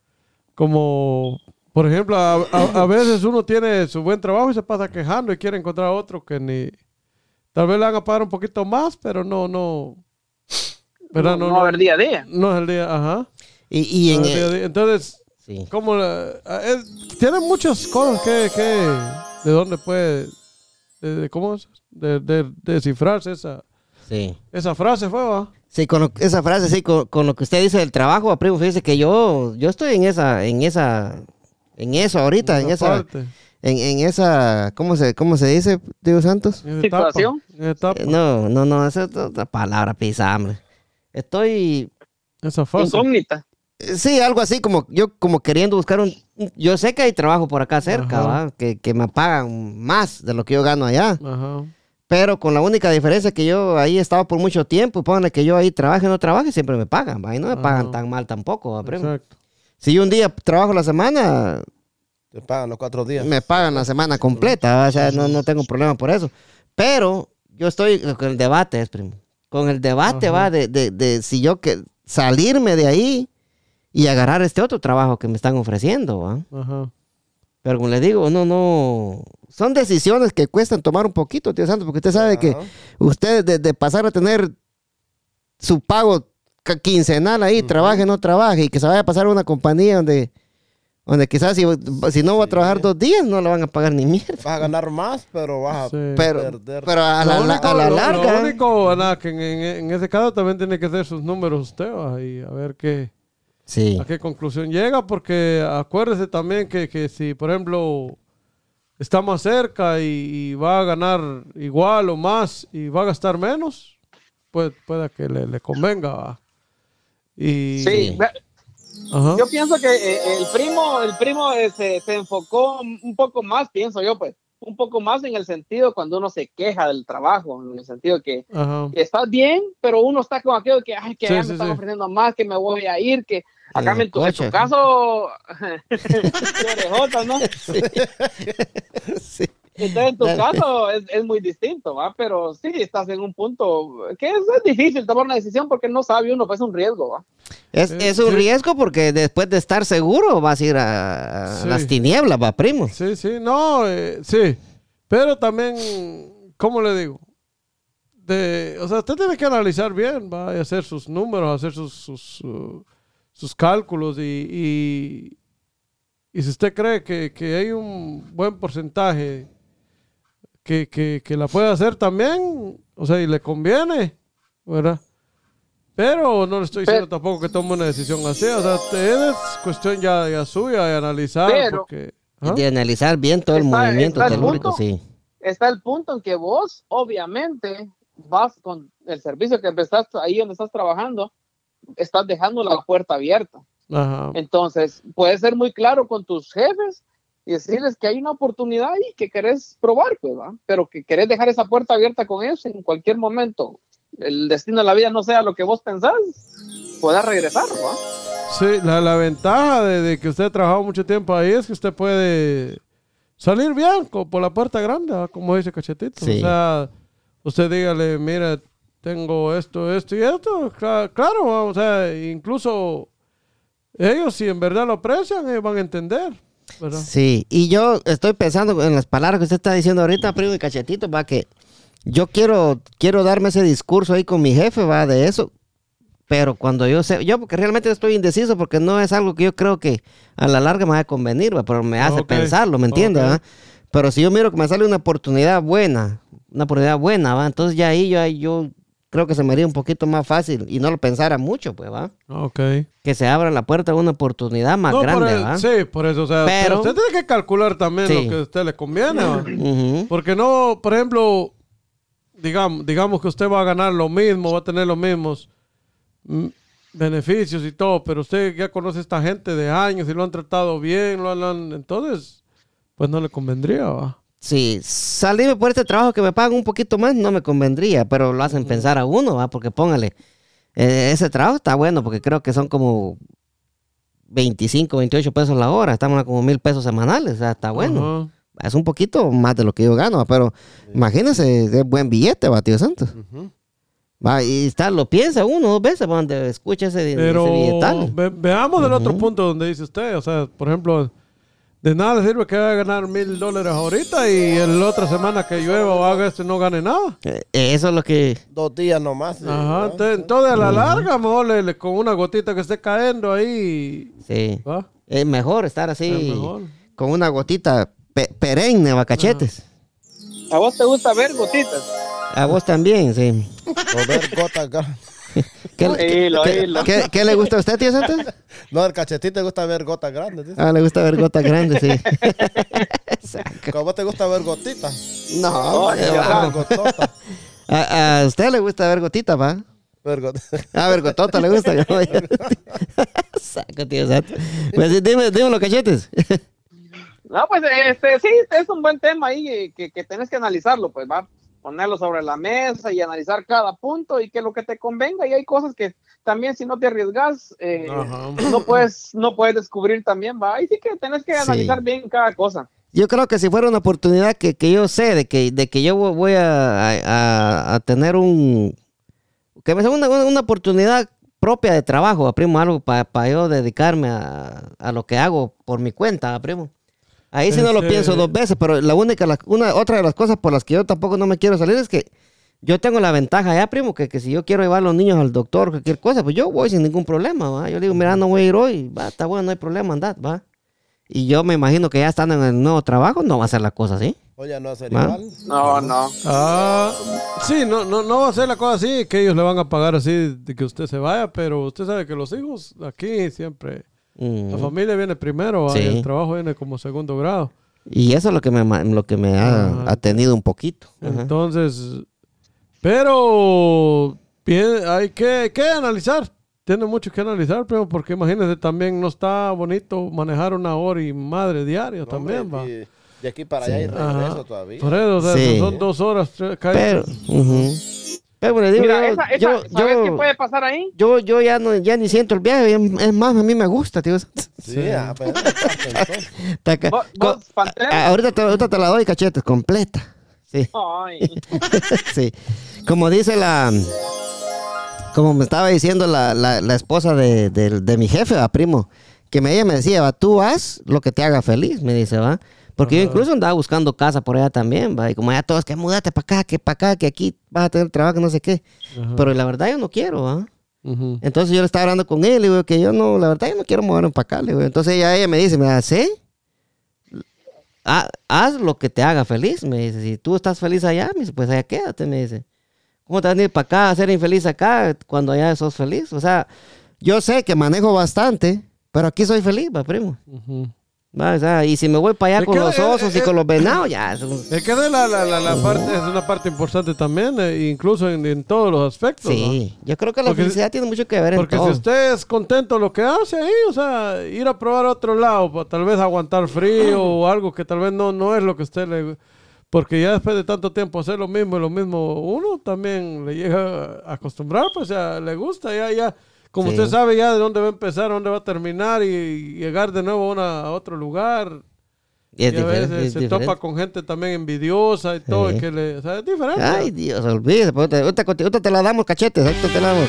[SPEAKER 2] Como, por ejemplo, a, a- a veces uno tiene su buen trabajo y se pasa quejando y quiere encontrar otro que ni... Tal vez le van a pagar un poquito más, pero no, no... ¿Verdad?
[SPEAKER 3] No, no va a haber día a día.
[SPEAKER 2] No es el día, ajá.
[SPEAKER 1] Y, y en...
[SPEAKER 2] No es el día a día. Entonces,
[SPEAKER 1] sí.
[SPEAKER 2] como la- es- tiene muchas cosas que, que de dónde puede de, de- cómo es de, de- descifrarse esa
[SPEAKER 1] Sí.
[SPEAKER 2] esa frase fue va
[SPEAKER 1] Sí, con lo- esa frase, sí, con, con lo que usted dice del trabajo, primo, fíjese que yo, yo estoy en esa, en esa, en eso ahorita, en esa,
[SPEAKER 2] parte,
[SPEAKER 1] en, en esa, ¿cómo se, cómo se dice, Diego Santos?
[SPEAKER 2] en esa etapa,
[SPEAKER 3] situación.
[SPEAKER 2] en esa etapa,
[SPEAKER 1] Eh, no, no, no, esa es otra palabra, pisa, hombre. Estoy,
[SPEAKER 2] esa fase.
[SPEAKER 3] Incógnita.
[SPEAKER 1] eh, sí, algo así como, yo como queriendo buscar un, yo sé que hay trabajo por acá cerca,
[SPEAKER 2] Ajá.
[SPEAKER 1] ¿va? Que, que me pagan más de lo que yo gano allá.
[SPEAKER 2] Ajá.
[SPEAKER 1] Pero con la única diferencia que yo ahí he estado por mucho tiempo, pónganle que yo ahí trabaje o no trabaje, siempre me pagan, ¿va? Y no me
[SPEAKER 2] Ajá.
[SPEAKER 1] pagan tan mal tampoco, ¿va, primo?
[SPEAKER 2] Exacto.
[SPEAKER 1] Si yo un día trabajo la semana,
[SPEAKER 4] Te pagan los cuatro días.
[SPEAKER 1] me pagan la semana completa, ¿va? O sea, no, no tengo problema por eso. Pero yo estoy con el debate, es primo. Con el debate,
[SPEAKER 2] Ajá.
[SPEAKER 1] va, de, de, de si yo que salirme de ahí y agarrar este otro trabajo que me están ofreciendo, ¿va?
[SPEAKER 2] Ajá.
[SPEAKER 1] Pero como le digo, no, no. Son decisiones que cuestan tomar un poquito, tío Santos, porque usted sabe que
[SPEAKER 4] Ajá.
[SPEAKER 1] usted de, de pasar a tener su pago ca- quincenal ahí, trabaje o no trabaje, y que se vaya a pasar a una compañía donde, donde quizás si, si no va a
[SPEAKER 4] Sí.
[SPEAKER 1] trabajar dos días, no le van a pagar ni mierda.
[SPEAKER 4] Vas a ganar más, pero vas a
[SPEAKER 2] Sí.
[SPEAKER 1] Pero,
[SPEAKER 4] perder.
[SPEAKER 1] pero a
[SPEAKER 2] Lo
[SPEAKER 1] la,
[SPEAKER 2] único-
[SPEAKER 1] a la
[SPEAKER 2] lo-
[SPEAKER 1] larga.
[SPEAKER 2] Lo único, Ana, que en, en- en ese caso también tiene que hacer sus números usted, va, y a ver qué,
[SPEAKER 1] Sí.
[SPEAKER 2] a qué conclusión llega, porque acuérdese también que, que si, por ejemplo, está más cerca y, y va a ganar igual o más y va a gastar menos, pues pueda que le, le convenga. va. Y,
[SPEAKER 3] Sí, ve-
[SPEAKER 2] Ajá.
[SPEAKER 3] yo pienso que eh, el primo, el primo eh, se, se enfocó un poco más, pienso yo, pues, un poco más en el sentido cuando uno se queja del trabajo, en el sentido que,
[SPEAKER 2] Ajá.
[SPEAKER 3] que estás bien, pero uno está con aquello que, ay, que
[SPEAKER 2] Sí,
[SPEAKER 3] ya
[SPEAKER 2] sí,
[SPEAKER 3] me están
[SPEAKER 2] sí.
[SPEAKER 3] ofreciendo más, que me voy a ir, que acá
[SPEAKER 1] El
[SPEAKER 3] en tu, en tu
[SPEAKER 1] coche.
[SPEAKER 3] caso, qué orejotas, ¿no?
[SPEAKER 1] Sí.
[SPEAKER 3] Entonces, en tu
[SPEAKER 1] Dale.
[SPEAKER 3] caso es, es muy distinto, ¿va? Pero sí, estás en un punto que es, es difícil tomar una decisión porque no sabe uno, pues es un riesgo, ¿va?
[SPEAKER 1] Es,
[SPEAKER 2] Sí,
[SPEAKER 1] es un
[SPEAKER 2] sí.
[SPEAKER 1] riesgo porque después de estar seguro vas a ir a, a
[SPEAKER 2] Sí.
[SPEAKER 1] las tinieblas, va, primo.
[SPEAKER 2] Sí, sí, no, eh, sí. Pero también, ¿cómo le digo? De, o sea, usted tiene que analizar bien, va a hacer sus números, hacer sus, sus, uh, sus cálculos y, y, Y si usted cree que, que hay un buen porcentaje que, que, que la puede hacer también, o sea, y le conviene, ¿verdad? Pero no le estoy diciendo
[SPEAKER 3] Pero-
[SPEAKER 2] tampoco que tome una decisión así. O sea, es cuestión ya, ya suya de analizar.
[SPEAKER 3] Pero-
[SPEAKER 2] porque, ¿ah?
[SPEAKER 1] De analizar bien todo el
[SPEAKER 3] Está-
[SPEAKER 1] movimiento
[SPEAKER 3] está el
[SPEAKER 1] telúrico,
[SPEAKER 3] punto.
[SPEAKER 1] sí.
[SPEAKER 3] Está el punto en que vos, obviamente, vas con el servicio que empezaste ahí donde estás trabajando, estás dejando la puerta abierta.
[SPEAKER 2] Ajá.
[SPEAKER 3] Entonces, puedes ser muy claro con tus jefes y decirles que hay una oportunidad ahí que querés probar, pues, ¿va? Pero que querés dejar esa puerta abierta con ellos en cualquier momento. El destino de la vida no sea lo que vos pensás, puedas regresar, ¿va?
[SPEAKER 2] Sí, la, la ventaja de, de que usted ha trabajado mucho tiempo ahí es que usted puede salir bien co- por la puerta grande, ¿va? Como dice Cachetito.
[SPEAKER 1] Sí.
[SPEAKER 2] O sea, usted dígale, mira, tengo esto, esto y esto. Cla- claro, ¿va? O sea, incluso ellos, si en verdad lo aprecian, ellos van a entender, ¿verdad?
[SPEAKER 1] Sí, y yo estoy pensando en las palabras que usted está diciendo ahorita, primo y Cachetito, va, que yo quiero, quiero darme ese discurso ahí con mi jefe, va, de eso. Pero cuando yo sé, yo porque realmente estoy indeciso porque no es algo que yo creo que a la larga me va a convenir, va, pero me hace
[SPEAKER 2] Ok,
[SPEAKER 1] pensarlo, ¿me entiendes?
[SPEAKER 2] ok.
[SPEAKER 1] va? Pero si yo miro que me sale una oportunidad buena, una oportunidad buena, va, entonces ya ahí yo, ahí yo creo que se me haría un poquito más fácil y no lo pensara mucho, pues, va.
[SPEAKER 2] Ok.
[SPEAKER 1] Que se abra la puerta a una oportunidad más
[SPEAKER 2] No, por
[SPEAKER 1] grande,
[SPEAKER 2] el-
[SPEAKER 1] va.
[SPEAKER 2] sí, por eso. O sea,
[SPEAKER 1] Pero-
[SPEAKER 2] pero usted tiene que calcular también
[SPEAKER 1] Sí.
[SPEAKER 2] lo que a usted le conviene, ¿va?
[SPEAKER 1] Ujú.
[SPEAKER 2] Porque no, por ejemplo, digamos, digamos que usted va a ganar lo mismo, va a tener los mismos mm, beneficios y todo, pero usted ya conoce a esta gente de años y lo han tratado bien, lo han- lo han- entonces, pues no le convendría, ¿va?
[SPEAKER 1] Sí, salirme por este trabajo que me pagan un poquito más no me convendría, pero lo hacen pensar a uno, ¿va? Porque póngale, eh, ese trabajo está bueno porque creo que son como veinticinco, veintiocho pesos la hora, estamos a como mil pesos semanales, o sea, está bueno.
[SPEAKER 2] Ajá.
[SPEAKER 1] Es un poquito más de lo que yo gano, ¿va? Pero imagínense, es buen billete, va, tío Santos.
[SPEAKER 4] Ujú.
[SPEAKER 1] Va, y está, lo piensa uno dos veces va, donde escucha ese,
[SPEAKER 2] Pero
[SPEAKER 1] ese billetal.
[SPEAKER 2] ve- veamos del otro
[SPEAKER 1] Ujú.
[SPEAKER 2] punto donde dice usted, o sea, por ejemplo, de nada le sirve que vaya a ganar mil dólares ahorita y la otra semana que llueva o haga esto y no gane nada.
[SPEAKER 1] Eh, eso es lo que...
[SPEAKER 4] Dos días nomás. sí,
[SPEAKER 2] Ajá,
[SPEAKER 4] ¿verdad?
[SPEAKER 2] entonces, entonces a la larga, mejor le- le- con una gotita que esté cayendo ahí,
[SPEAKER 1] Sí.
[SPEAKER 2] ¿va?
[SPEAKER 1] Es mejor estar así,
[SPEAKER 2] Es mejor.
[SPEAKER 1] con una gotita pe- perenne, va, cachetes.
[SPEAKER 3] ¿A vos te gusta ver gotitas?
[SPEAKER 1] A vos también, sí.
[SPEAKER 4] O ver gotas grandes.
[SPEAKER 1] ¿Qué,
[SPEAKER 3] Oílo,
[SPEAKER 1] qué-
[SPEAKER 3] oílo.
[SPEAKER 1] qué- qué le gusta a usted, tío Santos?
[SPEAKER 4] No, el cachetito te gusta ver gotas grandes. dice.
[SPEAKER 1] Ah, le gusta ver gotas grandes, sí. Saca.
[SPEAKER 4] ¿Cómo te gusta ver gotitas?
[SPEAKER 1] No,
[SPEAKER 3] Ay,
[SPEAKER 1] eh,
[SPEAKER 3] ya.
[SPEAKER 1] va.
[SPEAKER 4] Ver gototas.
[SPEAKER 1] a, a usted le gusta ver gotitas, ¿va?
[SPEAKER 4] Ver gotas.
[SPEAKER 1] A ver, gotota le gusta. Saca, tío Santos. Pues sí, dime, dime los cachetes.
[SPEAKER 3] No, pues este, sí, es un buen tema ahí eh, que, que tenés que analizarlo, pues va, ponerlo sobre la mesa y analizar cada punto y que lo que te convenga. Y hay cosas que también si no te arriesgas, eh,
[SPEAKER 2] Ajá.
[SPEAKER 3] no puedes, no puedes descubrir también, va. Y sí que tenés que
[SPEAKER 1] Sí.
[SPEAKER 3] analizar bien cada cosa.
[SPEAKER 1] Yo creo que si fuera una oportunidad que, que yo sé de que, de que yo voy a, a- a tener un... Que me sea una, una, una oportunidad propia de trabajo, ¿va, primo, algo para yo dedicarme a, a lo que hago por mi cuenta, ¿va, primo. Ahí sí no lo
[SPEAKER 2] Este-
[SPEAKER 1] pienso dos veces, pero la única, la- una, otra de las cosas por las que yo tampoco no me quiero salir es que yo tengo la ventaja ya, primo, que, que si yo quiero llevar a los niños al doctor, cualquier cosa, pues yo voy sin ningún problema, ¿va? Yo digo, mira, no voy a ir hoy, va, está bueno, no hay problema, andad, va. Y yo me imagino que ya estando en el nuevo trabajo no va a ser la cosa así.
[SPEAKER 4] Oye, no hacer
[SPEAKER 1] ¿Va?
[SPEAKER 4] igual.
[SPEAKER 3] No, no.
[SPEAKER 2] Ah, sí, no, no, no va a ser la cosa así, que ellos le van a pagar así de que usted se vaya, pero usted sabe que los hijos aquí siempre,
[SPEAKER 1] Mm.
[SPEAKER 2] la familia viene primero, ¿va?
[SPEAKER 1] Sí.
[SPEAKER 2] Y el trabajo viene como segundo grado.
[SPEAKER 1] Y eso es lo que me, ma- lo que me ha,
[SPEAKER 2] Ajá.
[SPEAKER 1] ha tenido un poquito. Ajá.
[SPEAKER 2] Entonces, pero bien, hay que, que analizar. Tiene mucho que analizar, primo, porque imagínese, también no está bonito manejar una hora y madre diario
[SPEAKER 4] No,
[SPEAKER 2] también,
[SPEAKER 4] hombre,
[SPEAKER 2] va.
[SPEAKER 4] y de aquí para allá
[SPEAKER 1] Sí.
[SPEAKER 4] y regreso
[SPEAKER 2] Ajá.
[SPEAKER 4] todavía.
[SPEAKER 2] Por eso, o sea,
[SPEAKER 1] Sí.
[SPEAKER 2] son dos horas. tres- cada-
[SPEAKER 1] Pero, ujú. Pero le digo,
[SPEAKER 3] Mira,
[SPEAKER 1] yo,
[SPEAKER 3] esa, esa,
[SPEAKER 1] yo,
[SPEAKER 3] ¿sabes
[SPEAKER 1] yo-
[SPEAKER 3] qué puede pasar ahí?
[SPEAKER 1] yo, yo ya, no, ya ni siento el viaje. Es más, a mí me gusta, tío.
[SPEAKER 4] Sí,
[SPEAKER 2] Sí.
[SPEAKER 4] ah, pero entonces.
[SPEAKER 1] Está acá.
[SPEAKER 3] ¿Vos,
[SPEAKER 1] Co-
[SPEAKER 3] vos, Pantera?
[SPEAKER 1] a- ahorita, te, ahorita te la doy, cachetes, completa. Sí,
[SPEAKER 3] Ay,
[SPEAKER 1] sí. Como dice la... Como me estaba diciendo la, la, la esposa de, de- de mi jefe, va, primo, que me, ella me decía, va, tú haz lo que te haga feliz, me dice, va. Porque yo
[SPEAKER 2] Ajá.
[SPEAKER 1] incluso andaba buscando casa por allá también, va. Y como ya todos, que mudate para acá, que para acá, que aquí vas a tener trabajo, no sé qué.
[SPEAKER 2] Ajá.
[SPEAKER 1] Pero la verdad yo no quiero, va.
[SPEAKER 2] Ujú.
[SPEAKER 1] Entonces yo le estaba hablando con él, le digo que yo no, la verdad yo no quiero moverme para acá, le digo. Entonces ella, ella me dice, mira, ¿sí? Ha- haz lo que te haga feliz, me dice. Si tú estás feliz allá, me dice, pues allá quédate, me dice. ¿Cómo te vas a venir para acá a ser infeliz acá cuando allá sos feliz? O sea, yo sé que manejo bastante, pero aquí soy feliz, va, primo.
[SPEAKER 2] Ujú.
[SPEAKER 1] Va, o sea, y si me voy para allá
[SPEAKER 2] Es
[SPEAKER 1] con
[SPEAKER 2] que,
[SPEAKER 1] los
[SPEAKER 2] eh,
[SPEAKER 1] osos y
[SPEAKER 2] eh,
[SPEAKER 1] con los venados, ya. eso-
[SPEAKER 2] Es que de la, la, la, la parte, es una parte importante también, eh, incluso en, en todos los aspectos.
[SPEAKER 1] Sí, yo creo que la
[SPEAKER 2] Porque-
[SPEAKER 1] felicidad tiene mucho que ver en
[SPEAKER 2] Porque
[SPEAKER 1] todo.
[SPEAKER 2] si usted es contento lo que hace ahí, o sea, ir a probar a otro lado, pa- tal vez aguantar frío o algo que tal vez no, no es lo que usted le... Porque ya después de tanto tiempo hacer lo mismo y lo mismo, uno también le llega a acostumbrar, pues ya le gusta, ya, ya. Como
[SPEAKER 1] Sí.
[SPEAKER 2] usted sabe ya de dónde va a empezar, dónde va a terminar y, y llegar de nuevo a, una- a otro lugar.
[SPEAKER 1] Y es
[SPEAKER 2] y a veces
[SPEAKER 1] diferente, es
[SPEAKER 2] se
[SPEAKER 1] diferente.
[SPEAKER 2] topa con gente también envidiosa y todo,
[SPEAKER 1] Sí.
[SPEAKER 2] y que le... O sea, es diferente.
[SPEAKER 1] Ay, Dios, olvídese. pues, Ahorita, ahorita- ahorita te la damos, cachetes. Ahorita te la damos.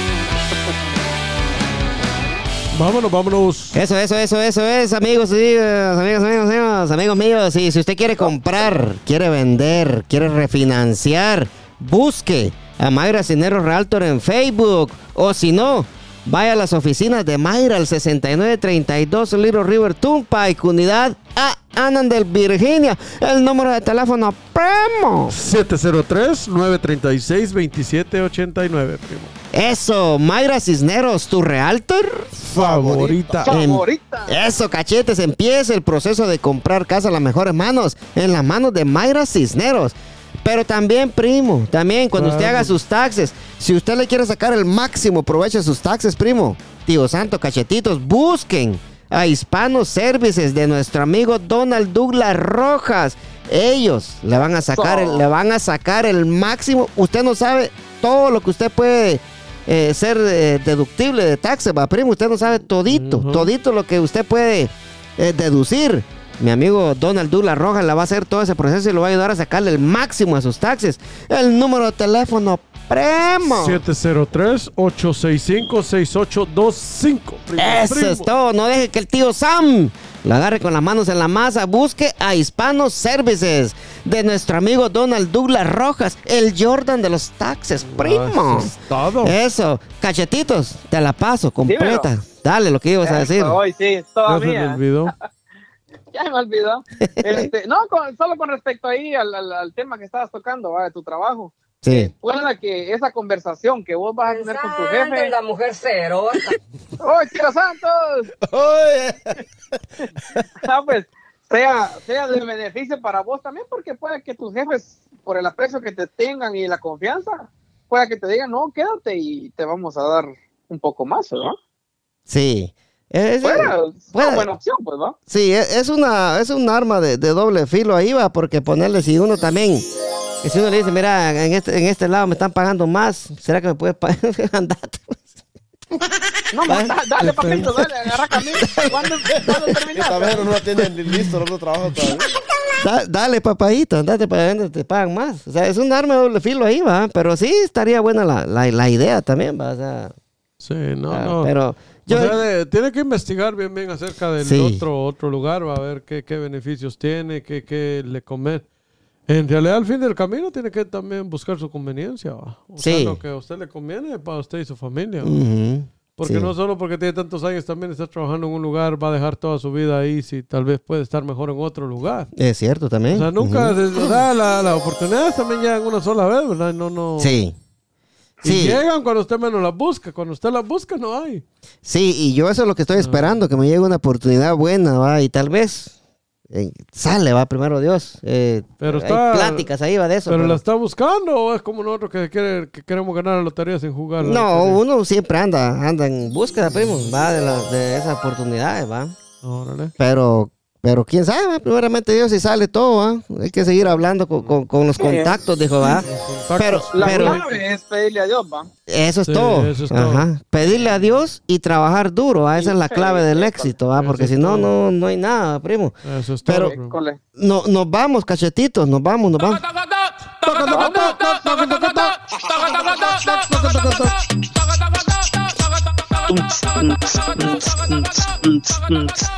[SPEAKER 2] Vámonos, vámonos.
[SPEAKER 1] Eso, eso, eso, eso es, amigos, sí, eh, amigos, amigos, amigos, amigos míos. Sí, si usted quiere comprar, quiere vender, quiere refinanciar, busque a Mayra Cisneros Realtor en Facebook. O si no, vaya a las oficinas de Mayra al sesenta y nueve treinta y dos Little River Turnpike, unidad A, Annandale, Virginia. El número de teléfono, primo.
[SPEAKER 2] siete cero tres, nueve tres seis, dos siete ocho nueve, primo.
[SPEAKER 1] Eso, Mayra Cisneros, tu Realtor.
[SPEAKER 2] Favorita.
[SPEAKER 3] Favorita.
[SPEAKER 1] Eso, cachetes, empieza el proceso de comprar casa a las mejores manos, en las manos de Mayra Cisneros. Pero también, primo, también cuando usted
[SPEAKER 2] Claro.
[SPEAKER 1] haga sus taxes, si usted le quiere sacar el máximo provecho de sus taxes, primo, tío santo, cachetitos, busquen a Hispano Services de nuestro amigo Donald Douglas Rojas. Ellos le van a sacar, el, le van a sacar el máximo. Usted no sabe todo lo que usted puede eh, ser eh, deductible de taxes, va, primo. Usted no sabe todito,
[SPEAKER 2] Ujú.
[SPEAKER 1] todito lo que usted puede eh, deducir. Mi amigo Donald Douglas Rojas le va a hacer todo ese proceso y lo va a ayudar a sacarle el máximo a sus taxes. El número de teléfono, primo.
[SPEAKER 2] siete cero tres, ocho seis cinco, seis ocho dos cinco. Primo,
[SPEAKER 1] Eso
[SPEAKER 2] primo.
[SPEAKER 1] es todo. No deje que el tío Sam lo agarre con las manos en la masa. Busque a Hispano Services de nuestro amigo Donald Douglas Rojas, el Jordan de los taxes, primo.
[SPEAKER 2] Eso es todo.
[SPEAKER 1] Eso, cachetitos, te la paso completa.
[SPEAKER 3] Dímelo.
[SPEAKER 1] Dale lo que ibas a decir.
[SPEAKER 3] Eso, hoy sí,
[SPEAKER 2] Ya se me
[SPEAKER 3] todavía.
[SPEAKER 2] olvidó.
[SPEAKER 3] Ya me olvidó. Este, no, con- solo con respecto ahí al, al- al tema que estabas tocando, ¿va? De tu trabajo.
[SPEAKER 1] Sí.
[SPEAKER 3] Recuerda que esa conversación que vos vas a tener con tu jefe.
[SPEAKER 5] La mujer cero.
[SPEAKER 3] ¡Oh, Tiro Santos!
[SPEAKER 4] Oye.
[SPEAKER 3] Ah, pues, sea, sea de beneficio para vos también, porque puede que tus jefes, por el aprecio que te tengan y la confianza, pueda que te digan, no, quédate y te vamos a dar un poco más, ¿no?
[SPEAKER 1] Sí. Es,
[SPEAKER 3] Bueno, es
[SPEAKER 1] puede-
[SPEAKER 3] una buena opción, pues, ¿no?
[SPEAKER 1] sí, es es una, es un arma de, de doble filo ahí, va, porque ponerle, si uno también, que si uno le dice, mira, en este, en este lado me están pagando más, ¿será que me puedes pagar? Andate, pues.
[SPEAKER 3] No, no, da- dale, papito, dale, agarra camino. ¿Cuándo, ¿cuándo
[SPEAKER 4] Esta
[SPEAKER 3] terminaste?
[SPEAKER 4] vez no lo tienen listo, no lo trabajo todavía.
[SPEAKER 1] Da- dale, papadito, andate para donde te pagan más. O sea, es un arma de doble filo ahí, va, pero sí estaría buena la, la, la idea también, va, o sea,
[SPEAKER 2] Sí, no,
[SPEAKER 1] ah,
[SPEAKER 2] no.
[SPEAKER 1] pero yo,
[SPEAKER 2] O sea, de- tiene que investigar bien, bien acerca del
[SPEAKER 1] Sí.
[SPEAKER 2] otro, otro lugar, va a ver qué, qué beneficios tiene, qué, qué le conviene. En realidad, al fin del camino, tiene que también buscar su conveniencia, va. O
[SPEAKER 1] Sí.
[SPEAKER 2] sea, lo que a usted le conviene para usted y su familia. va.
[SPEAKER 1] ujú,
[SPEAKER 2] Porque
[SPEAKER 1] sí.
[SPEAKER 2] no solo porque tiene tantos años también está trabajando en un lugar, va a dejar toda su vida ahí, si tal vez puede estar mejor en otro lugar.
[SPEAKER 1] Es cierto también.
[SPEAKER 2] O sea, nunca,
[SPEAKER 1] ujú.
[SPEAKER 2] se- o sea, la, la oportunidad también llegan una sola vez, ¿verdad? No, no.
[SPEAKER 1] Sí.
[SPEAKER 2] Y
[SPEAKER 1] Sí,
[SPEAKER 2] llegan cuando usted menos las busca. Cuando usted las busca, no hay.
[SPEAKER 1] sí, y yo eso es lo que estoy esperando, que me llegue una oportunidad buena, va, y tal vez eh, sale, va, primero Dios. Eh,
[SPEAKER 2] Pero
[SPEAKER 1] hay
[SPEAKER 2] está-
[SPEAKER 1] pláticas ahí, va, de eso.
[SPEAKER 2] ¿Pero
[SPEAKER 1] pero-
[SPEAKER 2] la está buscando o es como nosotros que, quiere, que queremos ganar la lotería sin jugar? la
[SPEAKER 1] No,
[SPEAKER 2] lotería?
[SPEAKER 1] uno siempre anda, anda en búsqueda, primo, va, de, la- de esas oportunidades, va.
[SPEAKER 2] Órale.
[SPEAKER 1] Pero, pero quién sabe, va, primeramente Dios si sale todo, va. Hay que seguir hablando con, con- con los
[SPEAKER 3] Sí.
[SPEAKER 1] contactos, dijo, va.
[SPEAKER 2] Contactos.
[SPEAKER 1] Pero,
[SPEAKER 3] La
[SPEAKER 1] pero
[SPEAKER 3] clave es pedirle a Dios, ¿va?
[SPEAKER 1] eso es
[SPEAKER 2] Sí,
[SPEAKER 1] todo.
[SPEAKER 2] eso es todo.
[SPEAKER 1] Ajá. Pedirle a Dios y trabajar duro, ¿va? Esa es la
[SPEAKER 3] Sí,
[SPEAKER 1] clave del
[SPEAKER 3] sí,
[SPEAKER 1] éxito, va,
[SPEAKER 2] eso
[SPEAKER 1] porque
[SPEAKER 2] es
[SPEAKER 1] si no,
[SPEAKER 2] todo.
[SPEAKER 1] no, no hay nada, primo.
[SPEAKER 2] Eso es
[SPEAKER 1] Pero-
[SPEAKER 2] todo. bro.
[SPEAKER 3] École.
[SPEAKER 1] No, nos vamos, cachetitos, nos vamos, nos vamos.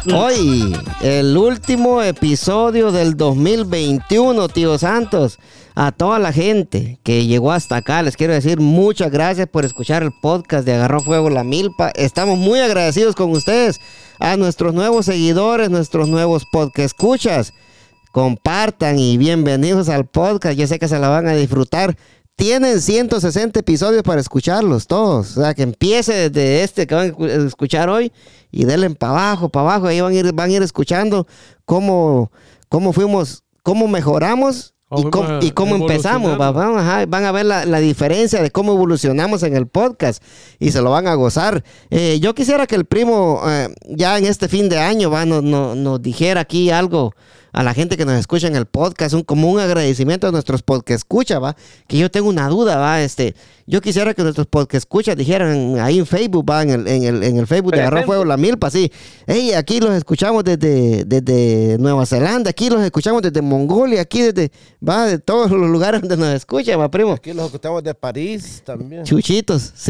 [SPEAKER 1] Hoy, el último episodio del dos mil veintiuno, tío Santos. A toda la gente que llegó hasta acá, les quiero decir muchas gracias por escuchar el podcast de Agarró Fuego la Milpa. Estamos muy agradecidos con ustedes. A nuestros nuevos seguidores, nuestros nuevos podcast escuchas, compartan y bienvenidos al podcast. Yo sé que se la van a disfrutar. Tienen ciento sesenta episodios para escucharlos todos. O sea, que empiece desde este que van a escuchar hoy y denle para abajo, para abajo. Ahí van a ir, van a ir escuchando cómo, cómo fuimos, cómo mejoramos. Y cómo, y cómo empezamos, va, van, ajá, van a ver la, la diferencia de cómo evolucionamos en el podcast y se lo van a gozar. Eh, yo quisiera que el primo eh, ya en este fin de año va, nos no, no dijera aquí algo a la gente que nos escucha en el podcast, un, como un agradecimiento a nuestros podcast escucha, va, que yo tengo una duda, va, este, yo quisiera que nuestros podcast escuchas dijeran ahí en Facebook, va, en el, en el, en el Facebook de Agarró Fuego la Milpa, sí, hey, aquí los escuchamos desde, desde Nueva Zelanda, aquí los escuchamos desde Mongolia, aquí desde, va, de todos los lugares donde nos escuchan, va, primo.
[SPEAKER 4] Aquí los escuchamos de París también.
[SPEAKER 1] Chuchitos, sí.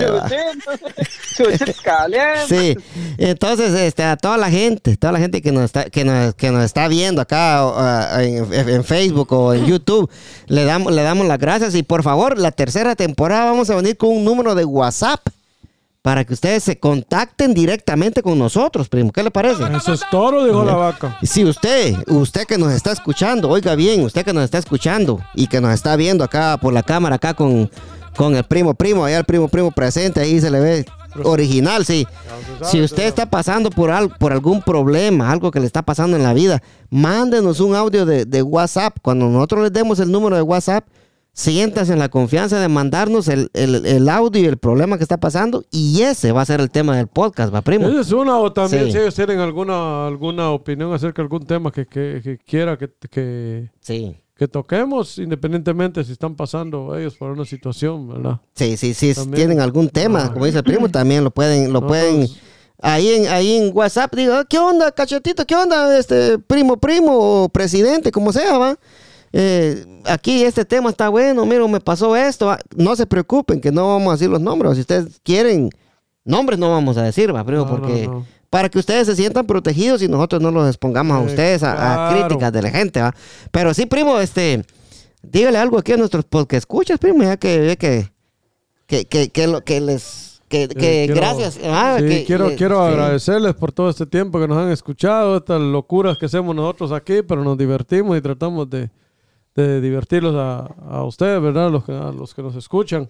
[SPEAKER 3] Chuchitos calientes.
[SPEAKER 1] Sí, entonces, este, a toda la gente, toda la gente que nos está, que nos, que nos está viendo acá uh, en, en Facebook o en YouTube, le damos, le damos las gracias y por favor, la tercera temporada vamos a venir con un número de WhatsApp para que ustedes se contacten directamente con nosotros, primo. ¿Qué le parece?
[SPEAKER 2] Eso es todo, dijo la vaca.
[SPEAKER 1] Si usted, usted que nos está escuchando, oiga bien, usted que nos está escuchando y que nos está viendo acá por la cámara, acá con, con el primo primo, allá el primo primo presente, ahí se le ve original, sí. Si usted está pasando por, al, por algún problema, algo que le está pasando en la vida, mándenos un audio de, de WhatsApp. Cuando nosotros les demos el número de WhatsApp, siéntase en la confianza de mandarnos el, el, el audio y el problema que está pasando, y ese va a ser el tema del podcast, ¿va, primo?
[SPEAKER 2] Esa es una, o también
[SPEAKER 1] Sí.
[SPEAKER 2] si ellos tienen alguna, alguna opinión acerca de algún tema que, que, que quiera que, que,
[SPEAKER 1] Sí.
[SPEAKER 2] que toquemos, independientemente si están pasando ellos por una situación, ¿verdad?
[SPEAKER 1] Sí, sí, sí.
[SPEAKER 2] También.
[SPEAKER 1] Tienen algún tema,
[SPEAKER 2] Ah.
[SPEAKER 1] como dice el primo, también lo pueden, lo
[SPEAKER 2] No,
[SPEAKER 1] pueden.
[SPEAKER 2] pues-
[SPEAKER 1] Ahí en, ahí en WhatsApp, digo, ¿qué onda, cachetito? ¿Qué onda, este primo, primo, o presidente, como sea, va? Eh, aquí este tema está bueno, mira, me pasó esto. Va. No se preocupen que no vamos a decir los nombres. Si ustedes quieren nombres, no vamos a decir, va, primo,
[SPEAKER 2] No,
[SPEAKER 1] porque
[SPEAKER 2] no, no.
[SPEAKER 1] para que ustedes se sientan protegidos y nosotros no los expongamos a
[SPEAKER 2] Eh,
[SPEAKER 1] ustedes a, a
[SPEAKER 2] claro.
[SPEAKER 1] críticas de la gente, va. Pero sí, primo, este, dígale algo aquí a nuestros podcast escuchas, primo, ya que, que, que, que, que, lo, que les... Que, que
[SPEAKER 2] Eh, quiero-
[SPEAKER 1] gracias. Ah,
[SPEAKER 2] sí,
[SPEAKER 1] que-
[SPEAKER 2] quiero
[SPEAKER 1] le-
[SPEAKER 2] quiero
[SPEAKER 1] sí.
[SPEAKER 2] agradecerles por todo este tiempo que nos han escuchado, estas locuras que hacemos nosotros aquí, pero nos divertimos y tratamos de, de divertirlos a, a ustedes, ¿verdad? Los que, a los que nos escuchan.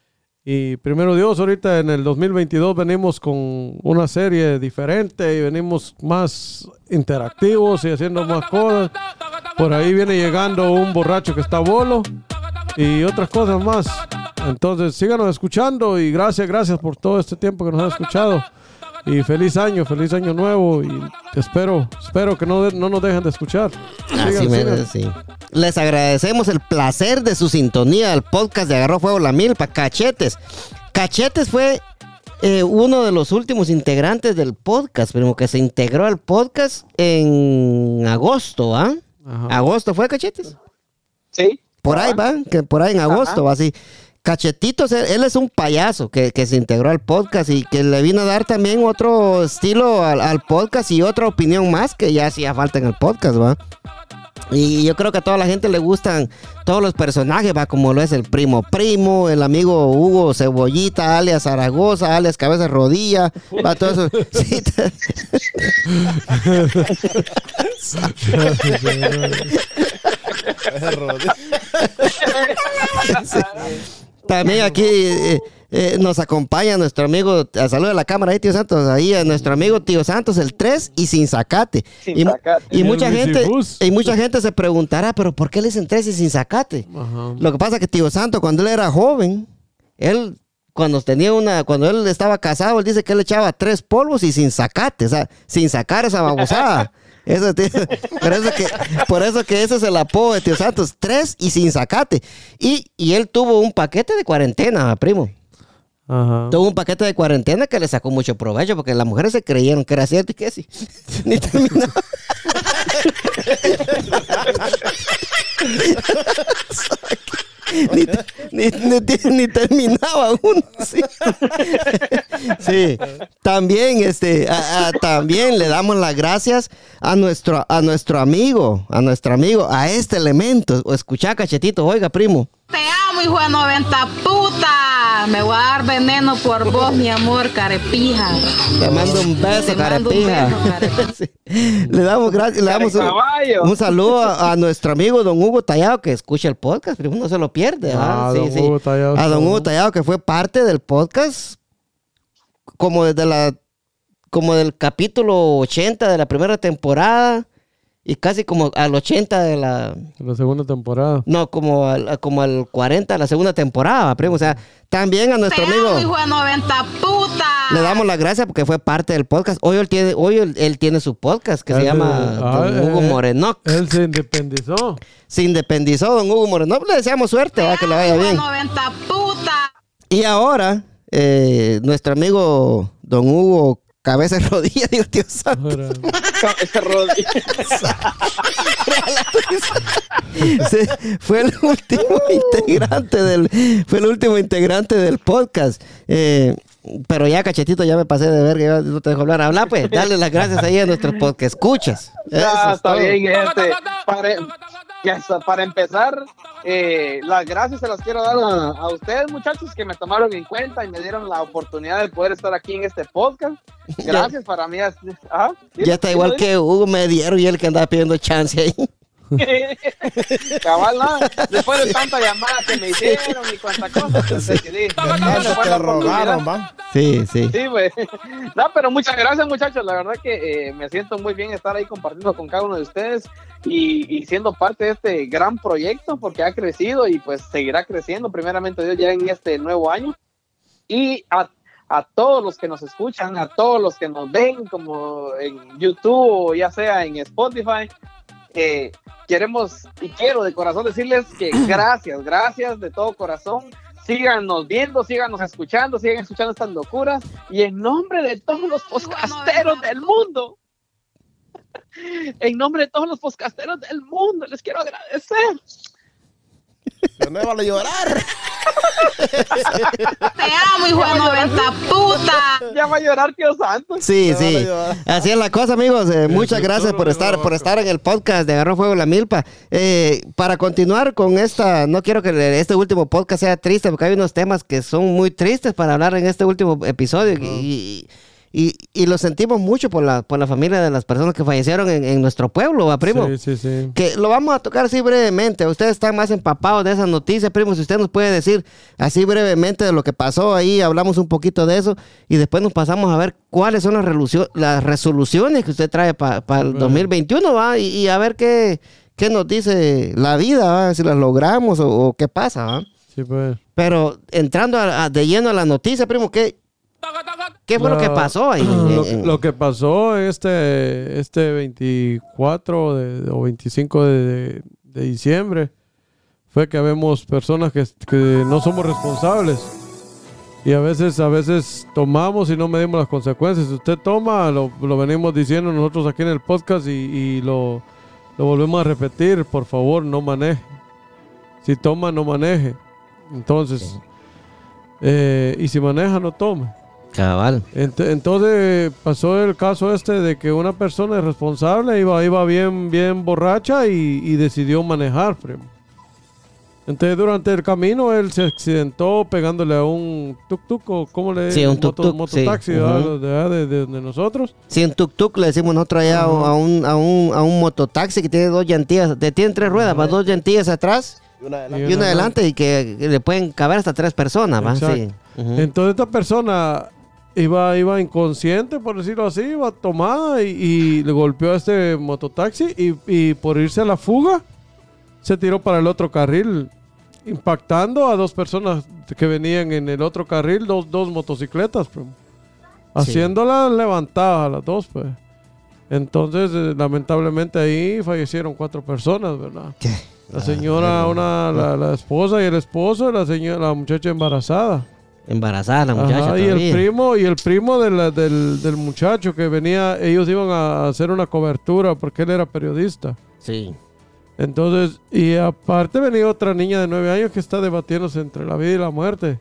[SPEAKER 2] Y primero Dios, ahorita en el dos mil veintidós venimos con una serie diferente y venimos más interactivos y haciendo más cosas. Por ahí viene llegando un borracho que está bolo y otras cosas más. Entonces síganos escuchando y gracias, gracias por todo este tiempo que nos han escuchado. Y feliz año, feliz año nuevo y espero, espero que no, de- no nos dejen de escuchar.
[SPEAKER 1] Así
[SPEAKER 2] Sigan,
[SPEAKER 1] me-
[SPEAKER 2] sigan.
[SPEAKER 1] sí. Les agradecemos el placer de su sintonía al podcast de Agarró Fuego la Milpa. Cachetes. Cachetes fue eh, uno de los últimos integrantes del podcast, primo, que se integró al podcast en agosto, ¿ah?
[SPEAKER 2] Ajá.
[SPEAKER 1] ¿Agosto fue, Cachetes?
[SPEAKER 3] Sí.
[SPEAKER 1] Por ahí va, que por ahí en agosto va así. Cachetitos, él, él es un payaso que, que se integró al podcast y que le vino a dar también otro estilo al, al podcast y otra opinión más que ya hacía falta en el podcast, ¿va? Y yo creo que a toda la gente le gustan todos los personajes, va, como lo es el primo primo, el amigo Hugo Cebollita, alias Zaragoza, alias Cabeza Rodilla, va, todo eso. Sí, t- Sí. También aquí eh, eh, nos acompaña nuestro amigo, a salud de la cámara ahí, tío Santos, ahí a nuestro amigo tío Santos, el tres y sin zacate.
[SPEAKER 3] Sin
[SPEAKER 1] y,
[SPEAKER 3] zacate.
[SPEAKER 1] y mucha
[SPEAKER 2] El
[SPEAKER 1] gente
[SPEAKER 2] Visibus.
[SPEAKER 1] y mucha gente se preguntará, pero ¿por qué le dicen tres y sin zacate?
[SPEAKER 2] Ajá.
[SPEAKER 1] Lo que pasa es que tío Santos, cuando él era joven, él cuando tenía una, cuando él estaba casado, él dice que él echaba tres polvos y sin zacate, o sea, sin sacar esa babosada. Eso, tío, por eso que, por eso que ese es el apodo de tío Santos, tres y sin zacate. Y, y él tuvo un paquete de cuarentena, primo.
[SPEAKER 2] Ajá.
[SPEAKER 1] Tuvo un paquete de cuarentena que le sacó mucho provecho porque las mujeres se creyeron que era cierto y que sí. Ni terminó. ni, ni, ni, ni terminaba uno. Sí. Sí. También, este, a, a, también le damos las gracias a nuestro, a nuestro amigo, a nuestro amigo, a este elemento. O escuchá, Cachetito, oiga, primo.
[SPEAKER 5] Te amo, hijo de noventa puta. Me voy a dar veneno por vos, mi amor, carepija.
[SPEAKER 1] Te mando un beso,
[SPEAKER 5] Te mando un
[SPEAKER 1] carepija.
[SPEAKER 5] beso, carepija.
[SPEAKER 1] Sí. Le damos gracias, le damos un, un saludo a, a nuestro amigo Don Hugo Tallado, que escucha el podcast, pero uno se lo pierde.
[SPEAKER 2] Ah,
[SPEAKER 1] Sí,
[SPEAKER 2] don
[SPEAKER 1] sí.
[SPEAKER 2] Hugo Tallado,
[SPEAKER 1] A Don
[SPEAKER 2] sí.
[SPEAKER 1] Hugo Tallado, que fue parte del podcast como desde la como del capítulo ochenta de la primera temporada y casi como al ochenta de la
[SPEAKER 2] En la segunda temporada.
[SPEAKER 1] no, como al, como al cuarenta de la segunda temporada, primo. O sea, también a nuestro
[SPEAKER 5] Te
[SPEAKER 1] amigo
[SPEAKER 5] amo, hijo de noventa puta.
[SPEAKER 1] le damos las gracias porque fue parte del podcast. Hoy él tiene, hoy él, él tiene su podcast que se
[SPEAKER 2] Él-
[SPEAKER 1] llama
[SPEAKER 2] ah,
[SPEAKER 1] Don Hugo
[SPEAKER 2] eh,
[SPEAKER 1] Morenoc.
[SPEAKER 2] Él se independizó.
[SPEAKER 1] Se independizó Don Hugo Morenoc. Le deseamos suerte, ¿verdad? Que le vaya
[SPEAKER 5] Hijo de
[SPEAKER 1] bien.
[SPEAKER 5] noventa puta.
[SPEAKER 1] Y ahora, eh, nuestro amigo Don Hugo Cabeza y Rodilla, Dios tío santo.
[SPEAKER 2] Ahora,
[SPEAKER 3] Ese rodillo.
[SPEAKER 1] Sí, fue el último integrante del fue el último integrante del podcast. Eh, pero ya, Cachetito, ya me pasé de verga, ya no te dejo hablar. Habla, pues, dale las gracias ahí a nuestros podcast escuchas. Eso
[SPEAKER 3] Ya,
[SPEAKER 1] es
[SPEAKER 3] está
[SPEAKER 1] todo.
[SPEAKER 3] bien, este, para, ya está, para empezar, eh, las gracias se las quiero dar a, a ustedes, muchachos, que me tomaron en cuenta y me dieron la oportunidad de poder estar aquí en este podcast. Gracias, para mí. es- ¿Ah?
[SPEAKER 1] Ya está igual que Hugo Mediero y el que andaba pidiendo chance ahí.
[SPEAKER 3] Cabal, no, después de tanta llamada que me hicieron y cuánta cosa, pues, decidí.
[SPEAKER 4] Tanto
[SPEAKER 3] Esa fue
[SPEAKER 4] te
[SPEAKER 3] la
[SPEAKER 4] rogaron,
[SPEAKER 3] oportunidad.
[SPEAKER 4] va.
[SPEAKER 1] Sí, sí.
[SPEAKER 3] Sí, pues. No, pero muchas gracias, muchachos. La verdad que eh, me siento muy bien estar ahí compartiendo con cada uno de ustedes y, y siendo parte de este gran proyecto porque ha crecido y pues seguirá creciendo, primeramente Dios, ya en este nuevo año. Y a, a todos los que nos escuchan, a todos los que nos ven, como en YouTube o ya sea en Spotify, eh, queremos y quiero de corazón decirles que gracias, gracias de todo corazón. Síganos viendo, síganos escuchando, sigan escuchando estas locuras. Y en nombre de todos los podcasteros del mundo, en nombre de todos los podcasteros del mundo, les quiero agradecer.
[SPEAKER 4] Yo no iba a llorar.
[SPEAKER 5] Te amo, hijo de noventa puta.
[SPEAKER 3] Ya va a llorar, tío Santos.
[SPEAKER 1] Sí,
[SPEAKER 4] Me van a
[SPEAKER 1] sí.
[SPEAKER 4] ayudar.
[SPEAKER 1] Así es la cosa, amigos. Eh, muchas gracias por estar, por estar en el podcast de Agarró Fuego la Milpa. Eh, para continuar con esta, no quiero que este último podcast sea triste, porque hay unos temas que son muy tristes para hablar en este último episodio. Y, y, y lo sentimos mucho por la, por la familia de las personas que fallecieron en, en nuestro pueblo, ¿va, primo?
[SPEAKER 2] sí, sí, sí.
[SPEAKER 1] Que lo vamos a tocar así brevemente. Ustedes están más empapados de esas noticias, primo. Si usted nos puede decir así brevemente de lo que pasó ahí, hablamos un poquito de eso y después nos pasamos a ver cuáles son las, resolucio- las resoluciones que usted trae para el
[SPEAKER 2] Bueno.
[SPEAKER 1] dos mil veintiuno, ¿va? Y, y a ver qué, qué nos dice la vida, ¿va? Si las logramos o, o qué pasa, ¿va?
[SPEAKER 2] Sí, pues.
[SPEAKER 1] Pero entrando a- a- de lleno a la noticia, primo, ¿qué, qué fue lo que
[SPEAKER 2] La-
[SPEAKER 1] pasó ahí?
[SPEAKER 2] Lo,
[SPEAKER 1] En- en-
[SPEAKER 2] lo que pasó este, este veinticuatro de- o veinticinco de, de- de diciembre fue que vemos personas que, que no somos responsables. Y a veces, a veces tomamos y no medimos las consecuencias. Si usted toma, lo, lo venimos diciendo nosotros aquí en el podcast y, y lo, lo volvemos a repetir. Por favor, no maneje. Si toma, no maneje. Entonces, eh, y si maneja, no tome.
[SPEAKER 1] Cabal.
[SPEAKER 2] Ent- Entonces pasó el caso este de que una persona irresponsable iba, iba bien, bien borracha y, y decidió manejar, primo. Entonces durante el camino él se accidentó pegándole a un tuk-tuk o ¿cómo le
[SPEAKER 1] Sí, un
[SPEAKER 2] moto-
[SPEAKER 1] tuk-tuk,
[SPEAKER 2] mototaxi,
[SPEAKER 1] sí.
[SPEAKER 2] ¿verdad?
[SPEAKER 1] Ujú.
[SPEAKER 2] de, de, de- de- de nosotros.
[SPEAKER 1] Sí, un tuk-tuk le decimos nosotros allá a un, a, un, a un mototaxi que tiene dos llantillas, te- tiene tres ruedas, va, dos llantillas atrás
[SPEAKER 4] Y una de
[SPEAKER 2] Y
[SPEAKER 4] las-
[SPEAKER 1] y una adelante y que, que le pueden caber hasta tres personas, ¿va?
[SPEAKER 2] Exacto.
[SPEAKER 1] Sí. Ujú.
[SPEAKER 2] Entonces esta persona iba, iba inconsciente, por decirlo así, iba tomada y, y le golpeó a este mototaxi y, y por irse a la fuga se tiró para el otro carril, impactando a dos personas que venían en el otro carril, dos, dos motocicletas, primo. Haciéndolas levantadas a las dos, pues. Entonces, eh, lamentablemente ahí fallecieron cuatro personas, ¿verdad?
[SPEAKER 1] ¿Qué?
[SPEAKER 2] La señora,
[SPEAKER 1] Ah,
[SPEAKER 2] una, la, la esposa y el esposo, y la señora, la muchacha embarazada.
[SPEAKER 1] Embarazada la muchacha
[SPEAKER 2] Ajá, y el
[SPEAKER 1] todavía.
[SPEAKER 2] primo y el primo de la- del, del muchacho que venía, ellos iban a hacer una cobertura porque él era periodista.
[SPEAKER 1] Sí.
[SPEAKER 2] Entonces, y aparte venía otra niña de nueve años que está debatiéndose entre la vida y la muerte.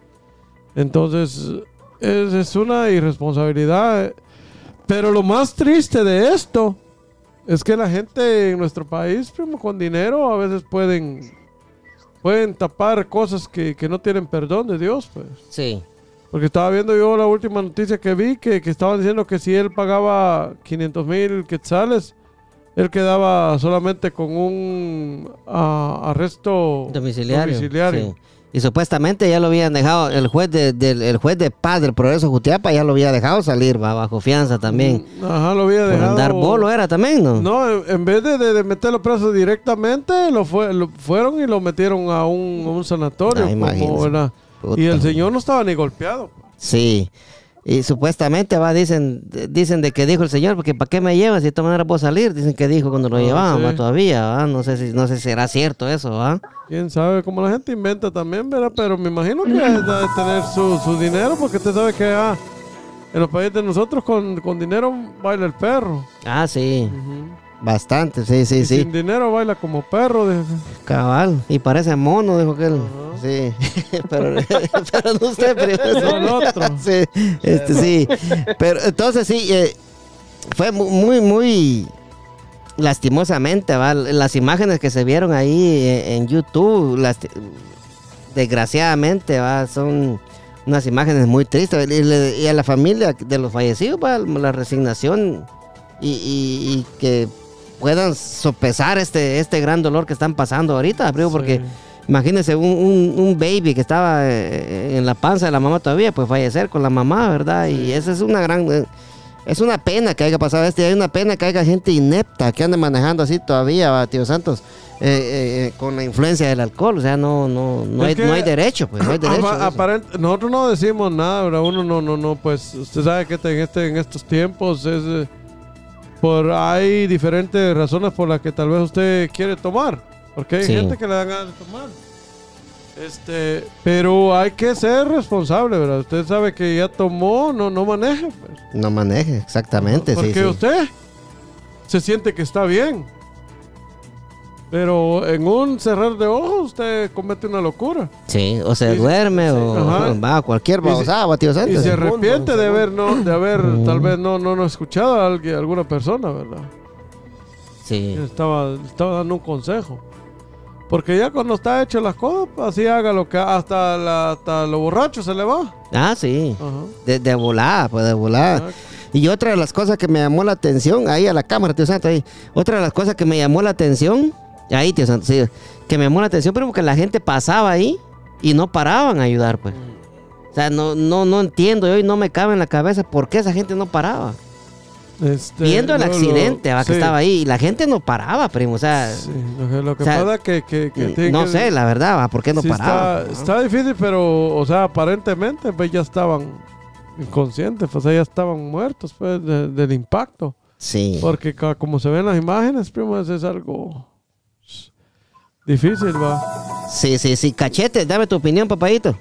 [SPEAKER 2] Entonces, es, es una irresponsabilidad. Pero lo más triste de esto es que la gente en nuestro país, primo, con dinero a veces pueden, pueden tapar cosas que, que no tienen perdón de Dios, pues.
[SPEAKER 1] Sí.
[SPEAKER 2] Porque estaba viendo yo la última noticia que vi, que, que estaban diciendo que si él pagaba quinientos mil quetzales, él quedaba solamente con un uh, arresto
[SPEAKER 1] Domiciliario.
[SPEAKER 2] domiciliario.
[SPEAKER 1] Sí. Y supuestamente ya lo habían dejado, el juez de, del, el juez de paz del Progreso Jutiapa ya lo había dejado salir, va, bajo fianza también.
[SPEAKER 2] Ajá, lo había
[SPEAKER 1] Por
[SPEAKER 2] dejado.
[SPEAKER 1] andar bolo era también, ¿no?
[SPEAKER 2] No, en, en vez de, de, de meterlo preso directamente, lo, fue, lo fueron y lo metieron a un, a un sanatorio.
[SPEAKER 1] Ah,
[SPEAKER 2] como,
[SPEAKER 1] imagínese.
[SPEAKER 2] ¿verdad?
[SPEAKER 1] Puta.
[SPEAKER 2] Y el señor no estaba ni golpeado.
[SPEAKER 1] Sí. Y supuestamente va, dicen, dicen de que dijo el señor, porque ¿para qué me llevas si de todas maneras puedo salir? Dicen que dijo cuando lo
[SPEAKER 2] Ah,
[SPEAKER 1] llevaban,
[SPEAKER 2] sí.
[SPEAKER 1] va, todavía, ¿va? No sé si, no sé si será cierto eso, ¿va?
[SPEAKER 2] Quién sabe, como la gente inventa también, ¿verdad? Pero me imagino que debe de tener su, su dinero, porque usted sabe que ah, en los países de nosotros con, con dinero baila el perro.
[SPEAKER 1] Ah, sí.
[SPEAKER 2] Ujú.
[SPEAKER 1] Bastante, sí, sí,
[SPEAKER 2] Y
[SPEAKER 1] sí.
[SPEAKER 2] sin dinero baila como perro. dijo.
[SPEAKER 1] Cabal. Y parece mono, dijo que él.
[SPEAKER 2] Ajá.
[SPEAKER 1] Sí. pero, pero no usted, pero
[SPEAKER 2] No, el otro.
[SPEAKER 1] Sí, este, sí. Pero entonces sí, eh, fue mu- muy, muy lastimosamente, ¿va? Las imágenes que se vieron ahí en, en YouTube, lasti- desgraciadamente, ¿va? Son unas imágenes muy tristes. Y, le- y a la familia de los fallecidos, ¿va? La resignación y, y- y que puedan sopesar este, este gran dolor que están pasando ahorita, primo, porque
[SPEAKER 2] Sí.
[SPEAKER 1] imagínense un, un, un baby que estaba eh, en la panza de la mamá todavía, pues fallecer con la mamá, ¿verdad? Y esa es una gran... eh, es una pena que haya pasado esto y hay una pena que haya gente inepta que ande manejando así todavía, va, tío Santos, eh, eh, eh, con la influencia del alcohol. O sea, no, no, no,
[SPEAKER 2] Es
[SPEAKER 1] hay,
[SPEAKER 2] que-
[SPEAKER 1] no hay derecho, pues, no hay derecho.
[SPEAKER 2] Apa-
[SPEAKER 1] a eso.
[SPEAKER 2] aparent- nosotros no decimos nada, ¿verdad? Uno no, no, no, pues usted sabe que en, este, en estos tiempos es... eh, por hay diferentes razones por las que tal vez usted quiere tomar. Porque hay
[SPEAKER 1] Sí.
[SPEAKER 2] gente que le dan ganas de tomar. Este, pero hay que ser responsable, ¿verdad? Usted sabe que ya tomó, no, no maneje. Pues.
[SPEAKER 1] No maneje, exactamente, sí,
[SPEAKER 2] Porque
[SPEAKER 1] sí.
[SPEAKER 2] usted se siente que está bien. Pero en un cerrar de ojos usted comete una locura.
[SPEAKER 1] Sí, o se
[SPEAKER 2] Y-
[SPEAKER 1] duerme
[SPEAKER 2] sí,
[SPEAKER 1] o
[SPEAKER 2] ajá.
[SPEAKER 1] va a cualquier
[SPEAKER 2] Y se-
[SPEAKER 1] babosada, va, tío
[SPEAKER 2] Y
[SPEAKER 1] Santos.
[SPEAKER 2] se
[SPEAKER 4] segundo,
[SPEAKER 2] arrepiente
[SPEAKER 4] un
[SPEAKER 2] de haber,
[SPEAKER 4] segundo.
[SPEAKER 2] no, de haber
[SPEAKER 1] Mm.
[SPEAKER 2] tal vez no, no, no escuchado a alguien, alguna persona, ¿verdad?
[SPEAKER 1] Sí.
[SPEAKER 2] Le estaba, le estaba dando un consejo. Porque ya cuando está hecho las cosas, pues, así haga lo que hasta, la, hasta lo borracho se le va.
[SPEAKER 1] Ah, sí.
[SPEAKER 2] Ajá.
[SPEAKER 1] De, de volada, pues de volada.
[SPEAKER 2] Exacto.
[SPEAKER 1] Y otra de las cosas que me llamó la atención, ahí a la cámara, tío Santos, ahí. Otra de las cosas que me llamó la atención, ahí, tío Santos, sí, que me llamó la atención, pero que la gente pasaba ahí y no paraban a ayudar, pues. O sea, no, no, no entiendo yo y no me cabe en la cabeza por qué esa gente no paraba.
[SPEAKER 2] Este,
[SPEAKER 1] Viendo el
[SPEAKER 2] lo- lo-
[SPEAKER 1] accidente, va, que
[SPEAKER 2] sí,
[SPEAKER 1] estaba ahí, y la gente no paraba, primo, o sea,
[SPEAKER 2] sí, lo que, lo que
[SPEAKER 1] o sea,
[SPEAKER 2] pasa que, que, que tiene
[SPEAKER 1] no
[SPEAKER 2] que-
[SPEAKER 1] sé, la verdad, va, ¿por qué no
[SPEAKER 2] sí
[SPEAKER 1] paraba?
[SPEAKER 2] está, está difícil, pero, o sea, aparentemente pues ya estaban inconscientes, pues ya estaban muertos pues, de- del impacto.
[SPEAKER 1] Sí.
[SPEAKER 2] Porque ca- como se ven las imágenes, primo, eso es algo difícil, va.
[SPEAKER 1] Sí, sí, sí. Cachete, dame tu opinión, papadito.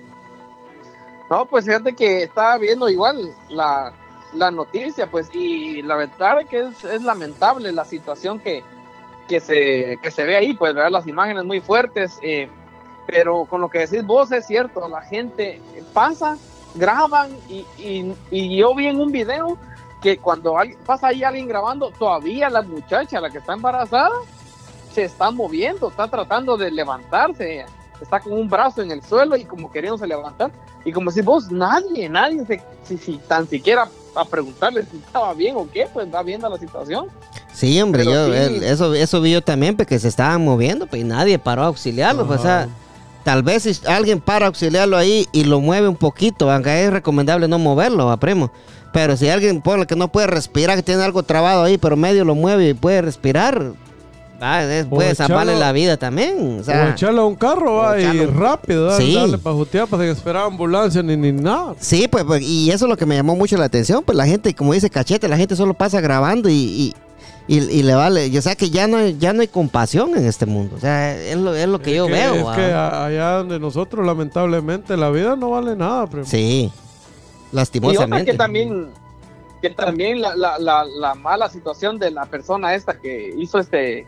[SPEAKER 3] No, pues fíjate que estaba viendo igual la, la noticia, pues, y la verdad es que es, es lamentable la situación que, que, se, que se ve ahí, pues, ver las imágenes muy fuertes, eh, pero con lo que decís vos es cierto, la gente pasa, graban, y, y, y yo vi en un video que cuando alguien, pasa ahí alguien grabando, todavía la muchacha, la que está embarazada, se está moviendo, está tratando de levantarse, está con un brazo en el suelo y como queriéndose levantar. Y como si vos, nadie, nadie, se, si, si tan siquiera a preguntarle si estaba bien o qué, pues va viendo la situación.
[SPEAKER 1] Sí, hombre,
[SPEAKER 3] Pero
[SPEAKER 1] yo,
[SPEAKER 3] sí.
[SPEAKER 1] el- eso, eso vi yo también, porque se estaban moviendo, pues y nadie paró a auxiliarlo. Pues, o sea,
[SPEAKER 2] Ajá.
[SPEAKER 1] tal vez si alguien para a auxiliarlo ahí y lo mueve un poquito, aunque es recomendable no moverlo, va, primo. Pero si alguien pone que no puede respirar, que tiene algo trabado ahí, pero medio lo mueve y puede respirar, va, es-
[SPEAKER 2] O
[SPEAKER 1] puede salvarle
[SPEAKER 2] echarlo-
[SPEAKER 1] la vida también. O
[SPEAKER 2] O
[SPEAKER 1] sea,
[SPEAKER 2] echarle a un carro,
[SPEAKER 1] o
[SPEAKER 2] va, y
[SPEAKER 1] echarlo-
[SPEAKER 2] rápido, darle,
[SPEAKER 1] Sí.
[SPEAKER 2] darle para Jutiapa sin esperar ambulancia ni, ni nada.
[SPEAKER 1] sí, pues, pues, y eso es lo que me llamó mucho la atención, pues la gente, como dice Cachete, la gente solo pasa grabando y, y, y, y le vale, o sea que ya no, hay, ya no hay compasión en este mundo, o sea, es lo, es lo que
[SPEAKER 2] Es
[SPEAKER 1] yo
[SPEAKER 2] que-
[SPEAKER 1] veo.
[SPEAKER 2] Es
[SPEAKER 1] va.
[SPEAKER 2] que a- allá donde nosotros, lamentablemente, la vida no vale nada, primo.
[SPEAKER 1] Sí,
[SPEAKER 3] Y otra
[SPEAKER 1] lastimosamente.
[SPEAKER 3] que también, que también la, la, la, la mala situación de la persona esta que hizo este,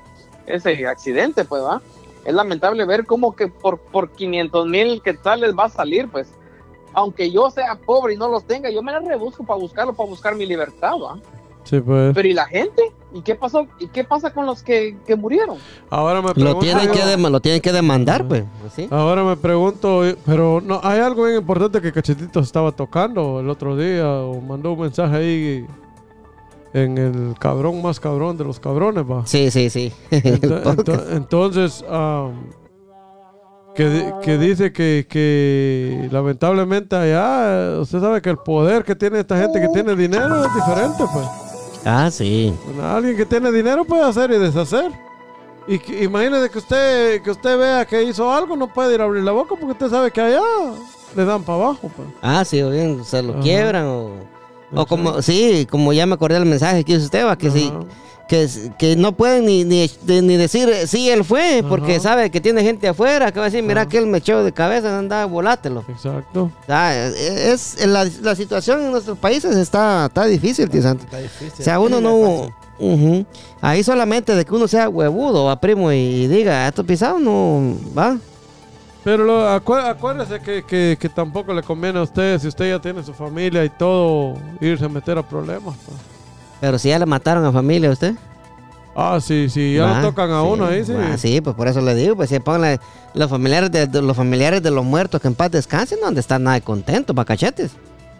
[SPEAKER 3] ese accidente, pues, ¿va? Es lamentable ver cómo que por, por quinientos mil quetzales va a salir, pues. Aunque yo sea pobre y no los tenga, yo me las rebusco para buscarlo, para buscar mi libertad, ¿va?
[SPEAKER 2] Sí, pues.
[SPEAKER 3] Pero ¿y la gente? ¿Y qué pasó? ¿Y qué pasa con los que, que murieron?
[SPEAKER 2] Ahora me
[SPEAKER 1] Lo
[SPEAKER 2] pregunto
[SPEAKER 1] tienen,
[SPEAKER 2] yo-
[SPEAKER 1] que dem- lo tienen que demandar, pues. ¿Sí?
[SPEAKER 2] Ahora me pregunto, pero no, hay algo bien importante que Cachetito estaba tocando el otro día, o mandó un mensaje ahí en el cabrón más cabrón de los cabrones, va.
[SPEAKER 1] Sí, sí, sí.
[SPEAKER 2] Ento- ento- entonces, um, que, di- que dice que, que lamentablemente allá, eh, usted sabe que el poder que tiene esta gente que tiene dinero es diferente, pues.
[SPEAKER 1] Ah, sí.
[SPEAKER 2] Bueno, alguien que tiene dinero puede hacer y deshacer. Y que, imagínese que usted que usted vea que hizo algo, no puede ir a abrir la boca porque usted sabe que allá le dan para abajo, pues.
[SPEAKER 1] Ah, sí, o bien, se lo
[SPEAKER 2] Ajá.
[SPEAKER 1] quiebran o... O
[SPEAKER 2] Ajá.
[SPEAKER 1] como, sí, como ya me acordé del mensaje que hizo usted, va, que sí,
[SPEAKER 2] Ajá.
[SPEAKER 1] que, que no pueden ni, ni, de- ni decir eh, sí, él fue, porque
[SPEAKER 2] Ajá.
[SPEAKER 1] sabe que tiene gente afuera que va a decir, mira
[SPEAKER 2] Ajá.
[SPEAKER 1] que él me echó de cabeza, anda, volátelo.
[SPEAKER 2] Exacto.
[SPEAKER 1] Ah, es, es- la, la situación en nuestros países está, está difícil, tío Santo.
[SPEAKER 4] Está difícil.
[SPEAKER 1] O sea, uno
[SPEAKER 4] Sí,
[SPEAKER 1] no...
[SPEAKER 4] es
[SPEAKER 1] Ujú. Ahí solamente de que uno sea huevudo, va, primo, y diga, esto pisado no va.
[SPEAKER 2] Pero lo, acué- acuérdese que, que, que tampoco le conviene a usted, si usted ya tiene su familia y todo, irse a meter a problemas, pues.
[SPEAKER 1] Pero si ya le mataron a familia a usted.
[SPEAKER 2] Ah, sí, sí, ya
[SPEAKER 1] Va,
[SPEAKER 2] lo tocan a
[SPEAKER 1] sí,
[SPEAKER 2] uno ahí, sí.
[SPEAKER 1] va, sí, pues por eso le digo, pues si pónganle los familiares de, de los familiares de los muertos que en paz descansen, no han de estar nada contentos, bacachetes.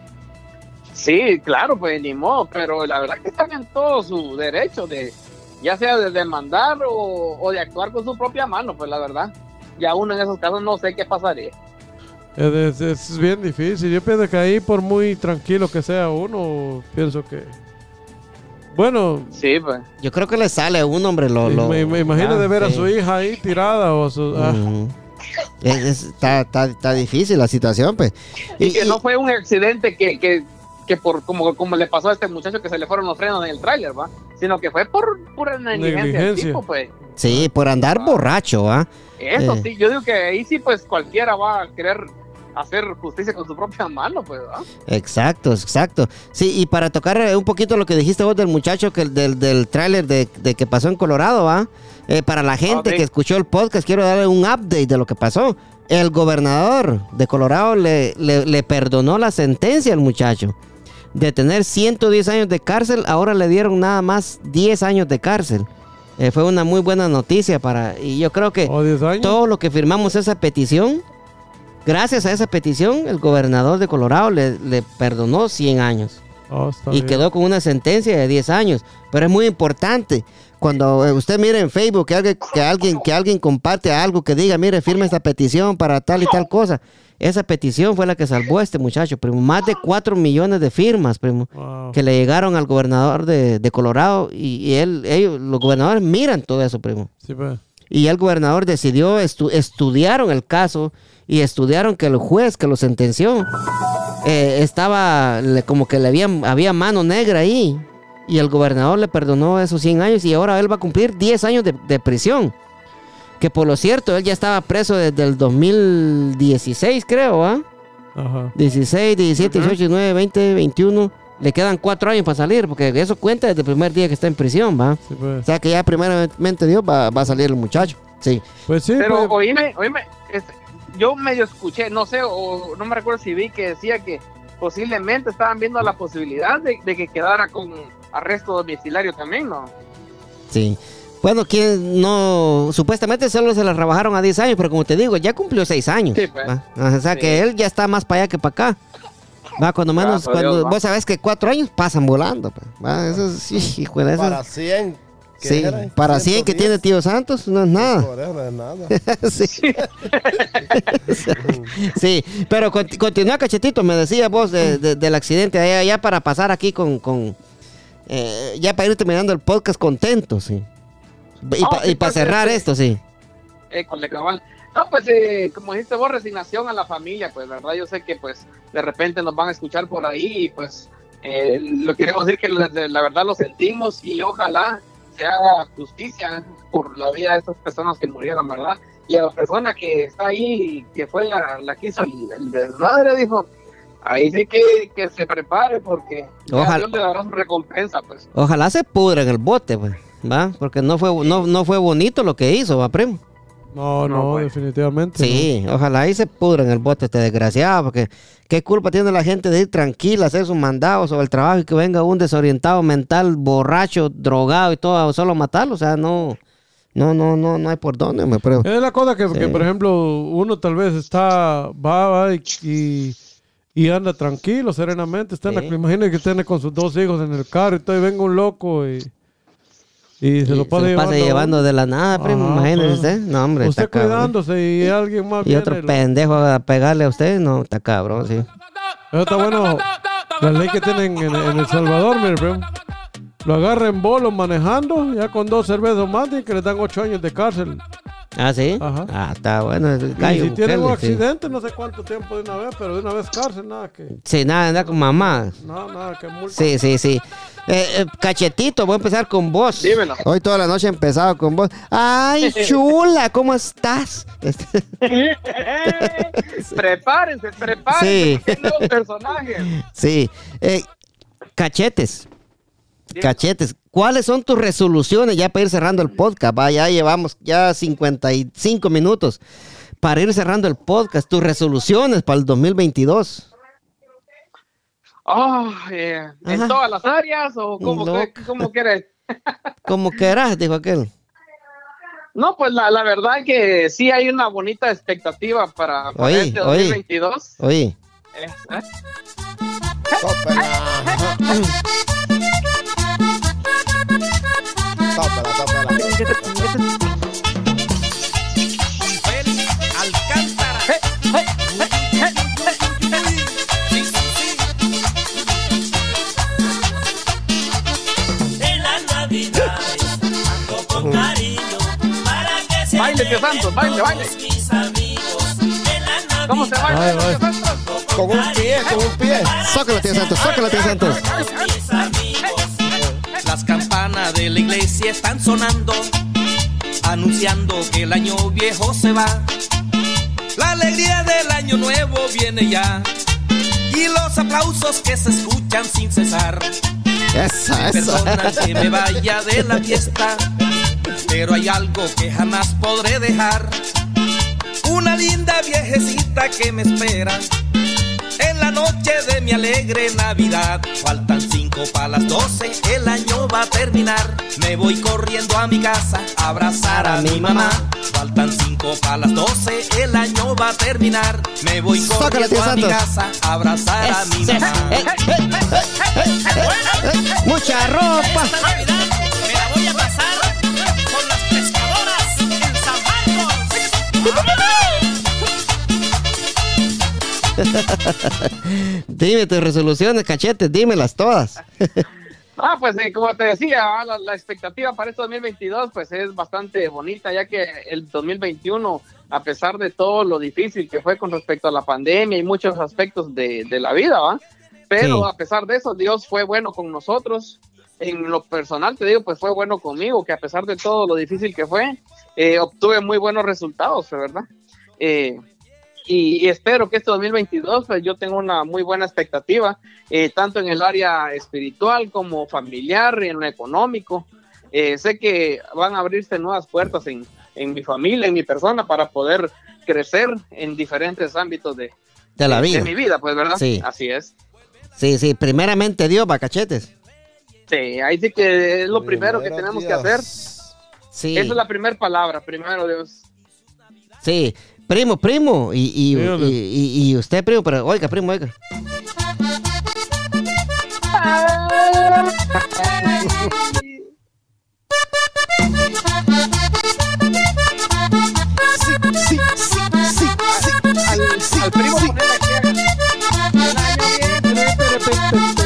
[SPEAKER 3] Sí, claro, pues ni modo, pero la verdad que están en todo su derecho de, ya sea de demandar o, o de actuar con su propia mano, pues la verdad. Ya uno en esos casos no sé qué pasaría.
[SPEAKER 2] Es, es- es bien difícil. Yo pienso que ahí, por muy tranquilo que sea uno, pienso que... Bueno,
[SPEAKER 3] Sí, pues.
[SPEAKER 1] Yo creo que le sale a un hombre lo... lo
[SPEAKER 2] me, me imagino
[SPEAKER 1] ah,
[SPEAKER 2] de ver a
[SPEAKER 1] sí.
[SPEAKER 2] su hija ahí tirada o a su... ah,
[SPEAKER 1] Ujú. Es- es- está, está, está difícil la situación, pues.
[SPEAKER 3] Y que no fue un accidente que, que, que por como, como le pasó a este muchacho que se le fueron los frenos en el tráiler, ¿va? Sino que fue por pura negligencia del
[SPEAKER 2] Negligencia.
[SPEAKER 3] tipo, pues.
[SPEAKER 1] Sí, por andar borracho, ¿ah?
[SPEAKER 3] Eso
[SPEAKER 1] Eh.
[SPEAKER 3] sí, yo digo que ahí sí, pues cualquiera va a querer hacer justicia con su propia mano, pues, ¿va?
[SPEAKER 1] Exacto, exacto. Sí, y para tocar eh, un poquito lo que dijiste vos del muchacho que del, del tráiler de, de que pasó en Colorado, ¿va? Eh, para la gente
[SPEAKER 3] Ok.
[SPEAKER 1] que escuchó el podcast, quiero darle un update de lo que pasó. El gobernador de Colorado le, le, le perdonó la sentencia al muchacho de tener ciento diez años de cárcel, ahora le dieron nada más diez años de cárcel. Eh, fue una muy buena noticia para... Y yo creo que
[SPEAKER 2] o diez años.
[SPEAKER 1] todos los que firmamos esa petición, gracias a esa petición, el gobernador de Colorado le, le perdonó cien años
[SPEAKER 2] Oh, está
[SPEAKER 1] y
[SPEAKER 2] bien.
[SPEAKER 1] quedó con una sentencia de diez años. Pero es muy importante, cuando eh, usted mire en Facebook que alguien, que alguien, que alguien comparte algo que diga, mire, firme esta petición para tal y tal cosa. Esa petición fue la que salvó a este muchacho, primo. Más de cuatro millones de firmas, primo,
[SPEAKER 2] Wow.
[SPEAKER 1] que le llegaron al gobernador de, de Colorado. Y, y él, ellos, los gobernadores miran todo eso, primo.
[SPEAKER 2] Sí, pues.
[SPEAKER 1] Y el gobernador decidió, estu- estudiaron el caso y estudiaron que el juez que lo sentenció eh, estaba le- como que le había, había mano negra ahí. Y el gobernador le perdonó esos cien años y ahora él va a cumplir diez años de, de prisión. Que por lo cierto, él ya estaba preso desde el dos mil dieciséis, creo, ¿ah?
[SPEAKER 2] Ajá.
[SPEAKER 1] dieciséis, diecisiete,
[SPEAKER 3] Ujú.
[SPEAKER 1] dieciocho, diecinueve, veinte, veintiuno. Le quedan cuatro años para salir, porque eso cuenta desde el primer día que está en prisión, ¿va?
[SPEAKER 2] Sí, pues.
[SPEAKER 1] O sea que ya primeramente Dios va, va a salir el muchacho. Sí.
[SPEAKER 2] Pues sí,
[SPEAKER 3] Pero
[SPEAKER 2] pues,
[SPEAKER 3] oíme, oíme, este, yo medio escuché, no sé, o no me recuerdo si vi que decía que posiblemente estaban viendo la posibilidad de, de que quedara con arresto domiciliario también, ¿no?
[SPEAKER 1] Sí. Bueno, quien no, supuestamente solo se la rebajaron a diez años, pero como te digo, ya cumplió seis años.
[SPEAKER 3] Sí, pues.
[SPEAKER 1] ¿va? O sea
[SPEAKER 3] Sí.
[SPEAKER 1] que él ya está más para allá que para acá. Va, cuando menos,
[SPEAKER 3] Gracias a
[SPEAKER 1] cuando
[SPEAKER 3] Dios, va.
[SPEAKER 1] vos sabés que cuatro años pasan volando. Pues, ¿va? Eso es, sí, hijo de eso.
[SPEAKER 4] Para cien. ¿qué
[SPEAKER 1] Sí,
[SPEAKER 4] era?
[SPEAKER 1] para cien que
[SPEAKER 4] ciento
[SPEAKER 1] tiene
[SPEAKER 4] diez.
[SPEAKER 1] tío Santos, no es nada.
[SPEAKER 4] Por eso no es nada.
[SPEAKER 1] Sí. Sí, pero conti- continúa, Cachetito, me decías vos de- de- del accidente, ya, ya para pasar aquí con, con eh, ya para ir terminando el podcast contento, sí. Y,
[SPEAKER 3] Ah,
[SPEAKER 1] pa-
[SPEAKER 3] sí,
[SPEAKER 1] y para
[SPEAKER 3] pues,
[SPEAKER 1] cerrar
[SPEAKER 3] este-
[SPEAKER 1] esto, sí.
[SPEAKER 3] Eh, con la cabal. No, pues eh, como dijiste vos, resignación a la familia, pues verdad, yo sé que pues de repente nos van a escuchar por ahí y pues eh, lo queremos decir que la, la verdad lo sentimos y ojalá se haga justicia por la vida de estas personas que murieron, ¿verdad? Y a la persona que está ahí, que fue la, la que hizo el, el desmadre, dijo, ahí sí que, que se prepare porque ya
[SPEAKER 1] Ojalá.
[SPEAKER 3] Dios le dará su recompensa, pues.
[SPEAKER 1] Ojalá se pudra en el bote, pues. ¿va? Porque no fue, no, no fue bonito lo que hizo, ¿va, primo?
[SPEAKER 2] No, no,
[SPEAKER 3] No, pues.
[SPEAKER 2] definitivamente.
[SPEAKER 1] Sí, ojalá ahí se pudra en el bote este desgraciado, porque qué culpa tiene la gente de ir tranquila, hacer sus mandados sobre el trabajo y que venga un desorientado mental, borracho, drogado y todo, solo matarlo, o sea, no, no, no, no, no hay por dónde, me pruebo.
[SPEAKER 2] Es la cosa que,
[SPEAKER 1] Sí.
[SPEAKER 2] que, por ejemplo, uno tal vez está, va, va y, y, y anda tranquilo, serenamente, está en la,
[SPEAKER 1] Sí.
[SPEAKER 2] imagínate que tiene con sus dos hijos en el carro y todo, y venga un loco y, y se
[SPEAKER 1] Y
[SPEAKER 2] lo pasa
[SPEAKER 1] se lo pasa
[SPEAKER 2] llevando.
[SPEAKER 1] llevando de la nada, primo,
[SPEAKER 2] Ajá,
[SPEAKER 1] imagínese
[SPEAKER 2] pues.
[SPEAKER 1] usted. No, hombre,
[SPEAKER 2] Usted
[SPEAKER 1] está cabrón.
[SPEAKER 2] cuidándose y alguien más
[SPEAKER 1] Y
[SPEAKER 2] viene
[SPEAKER 1] otro
[SPEAKER 2] y lo-
[SPEAKER 1] pendejo a pegarle a usted, no, está cabrón, sí.
[SPEAKER 2] Eso está bueno. La ley que tienen en, en El Salvador, mire, primo. Lo agarra en bolo manejando, ya con dos cervezas más, y que le dan ocho años de cárcel.
[SPEAKER 1] Ah, sí.
[SPEAKER 2] Ajá.
[SPEAKER 1] Ah, está bueno. el
[SPEAKER 2] Y
[SPEAKER 1] gallo
[SPEAKER 2] si tienen un
[SPEAKER 1] Bukele, sí.
[SPEAKER 2] accidente, no sé cuánto tiempo de una vez, pero de una vez cárcel, nada que.
[SPEAKER 1] Sí, nada, anda con mamá.
[SPEAKER 2] Nada, nada que multa.
[SPEAKER 1] Sí, sí, sí. Eh, eh, cachetito, voy a empezar con vos.
[SPEAKER 3] Dímelo.
[SPEAKER 1] Hoy toda la noche he empezado con vos. Ay, chula, ¿cómo estás? Este,
[SPEAKER 3] Prepárense, prepárense.
[SPEAKER 1] Sí.
[SPEAKER 3] porque hay nuevos personajes.
[SPEAKER 1] sí. Eh, cachetes. Cachetes. ¿Cuáles son tus resoluciones ya para ir cerrando el podcast? Va, ya llevamos ya cincuenta y cinco minutos para ir cerrando el podcast. Tus resoluciones para el dos mil veintidós.
[SPEAKER 3] Oh, eh, ¿en
[SPEAKER 1] Ajá.
[SPEAKER 3] todas las áreas o cómo,
[SPEAKER 1] No.
[SPEAKER 3] qué- cómo quieres?
[SPEAKER 1] Como querás, dijo aquel.
[SPEAKER 3] No, pues la, la verdad que sí hay una bonita expectativa para, para
[SPEAKER 1] Oí,
[SPEAKER 3] este
[SPEAKER 1] oí.
[SPEAKER 3] dos mil veintidós.
[SPEAKER 1] Oye,
[SPEAKER 3] Eh, ¿eh?
[SPEAKER 4] Tópela. Tópela, tópela.
[SPEAKER 6] Alcántara. Sí, sí, sí. En las navidades ando con cariño para que se
[SPEAKER 3] Baile, tío Santos, baile, baile.
[SPEAKER 6] todos mis amigos. En las
[SPEAKER 3] ¿Cómo se
[SPEAKER 2] Ay,
[SPEAKER 3] baila?
[SPEAKER 2] ay.
[SPEAKER 3] tío Santos?
[SPEAKER 4] Con un pie, con un pie.
[SPEAKER 1] sócalo, tío Santos, sócalo, tío Santos.
[SPEAKER 6] mis amigos. Las campanas de la iglesia están sonando, anunciando que el año viejo se va. La alegría del año nuevo viene ya, y los aplausos que se escuchan sin cesar.
[SPEAKER 1] Esa, esa.
[SPEAKER 6] Perdona que me vaya de la fiesta, pero hay algo que jamás podré dejar. Una linda viejecita que me espera en la noche de mi alegre Navidad. Faltan cinco para las doce, el año va a terminar. Me voy corriendo a mi casa a abrazar a mi mamá. Faltan cinco para las doce, el año va a terminar. Me voy
[SPEAKER 1] Sácala, tío
[SPEAKER 6] corriendo a mi
[SPEAKER 1] Santos.
[SPEAKER 6] casa a abrazar a mi
[SPEAKER 1] Esa.
[SPEAKER 6] mamá.
[SPEAKER 1] Eh, eh, eh, eh, eh, eh. Mucha ropa.
[SPEAKER 6] Esta Navidad me la voy a pasar con las pescadoras en San Marcos.
[SPEAKER 1] Dime tus resoluciones, cachetes, dímelas todas.
[SPEAKER 3] Ah, pues eh, como te decía, ah, la, la expectativa para este dos mil veintidós pues es bastante bonita, ya que el dos mil veintiuno, a pesar de todo lo difícil que fue con respecto a la pandemia y muchos aspectos de, de la vida, ¿va? Pero
[SPEAKER 1] Sí.
[SPEAKER 3] a pesar de eso, Dios fue bueno con nosotros. En lo personal, te digo, pues fue bueno conmigo, que a pesar de todo lo difícil que fue, eh, obtuve muy buenos resultados, ¿verdad? Eh, y, y espero que este dos mil veintidós, pues yo tengo una muy buena expectativa, eh, tanto en el área espiritual como familiar, en lo económico. Eh, sé que van a abrirse nuevas puertas en, en mi familia, en mi persona, para poder crecer en diferentes ámbitos de,
[SPEAKER 1] De la vida.
[SPEAKER 3] de mi vida, pues, ¿verdad?
[SPEAKER 1] Sí.
[SPEAKER 3] Así es.
[SPEAKER 1] Sí, sí, primeramente Dios, va, cachetes.
[SPEAKER 3] Sí, ahí sí que es lo primero, que
[SPEAKER 4] Primero
[SPEAKER 3] tenemos
[SPEAKER 4] Dios.
[SPEAKER 3] que hacer.
[SPEAKER 1] Sí,
[SPEAKER 3] Esa es la primera palabra, primero Dios.
[SPEAKER 1] sí. Primo, primo. Y, y,
[SPEAKER 2] Dígale.
[SPEAKER 1] y, y- y usted, primo, pero oiga, primo, oiga.
[SPEAKER 4] Sí, sí, sí, sí, sí.
[SPEAKER 3] Al, al primo ponerle aquí, el año viene.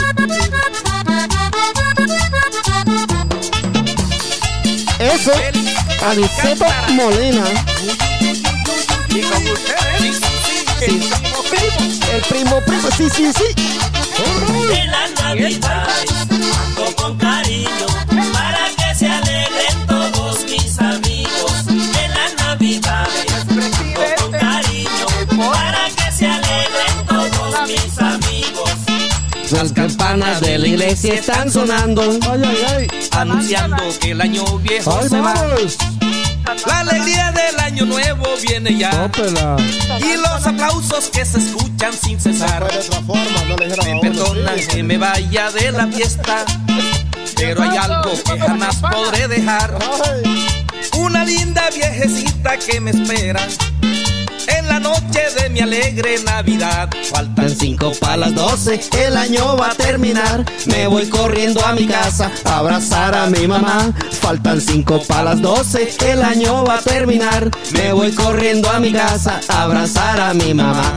[SPEAKER 1] Eso, Aniceto Molina.
[SPEAKER 3] Y con ustedes, el primo primo.
[SPEAKER 1] El primo, primo, sí, sí, sí.
[SPEAKER 6] En las navidades ando con cariño para que se alegren todos mis amigos. En las navidades ando con cariño para que se alegren todos mis amigos.
[SPEAKER 1] Las campanas de la iglesia están sonando.
[SPEAKER 2] Ay, ay, ay.
[SPEAKER 6] anunciando que el año viejo
[SPEAKER 2] Ay,
[SPEAKER 6] se va.
[SPEAKER 2] vamos.
[SPEAKER 6] La alegría del año nuevo viene ya.
[SPEAKER 2] Tópela.
[SPEAKER 6] Y los aplausos que se escuchan sin cesar.
[SPEAKER 4] Fue de otra forma, no le dijeron a
[SPEAKER 6] Me
[SPEAKER 4] uno,
[SPEAKER 6] perdonan
[SPEAKER 4] sí.
[SPEAKER 6] que me vaya de la fiesta, pero hay algo que jamás podré dejar.
[SPEAKER 4] Ay,
[SPEAKER 6] Una linda viejecita que me espera en la noche de mi alegre Navidad. Faltan
[SPEAKER 1] En cinco para las doce, el año va a terminar. Me voy corriendo a mi casa a abrazar a mi mamá. Faltan cinco para las doce, el año va a terminar. Me voy corriendo a mi casa a abrazar a mi mamá.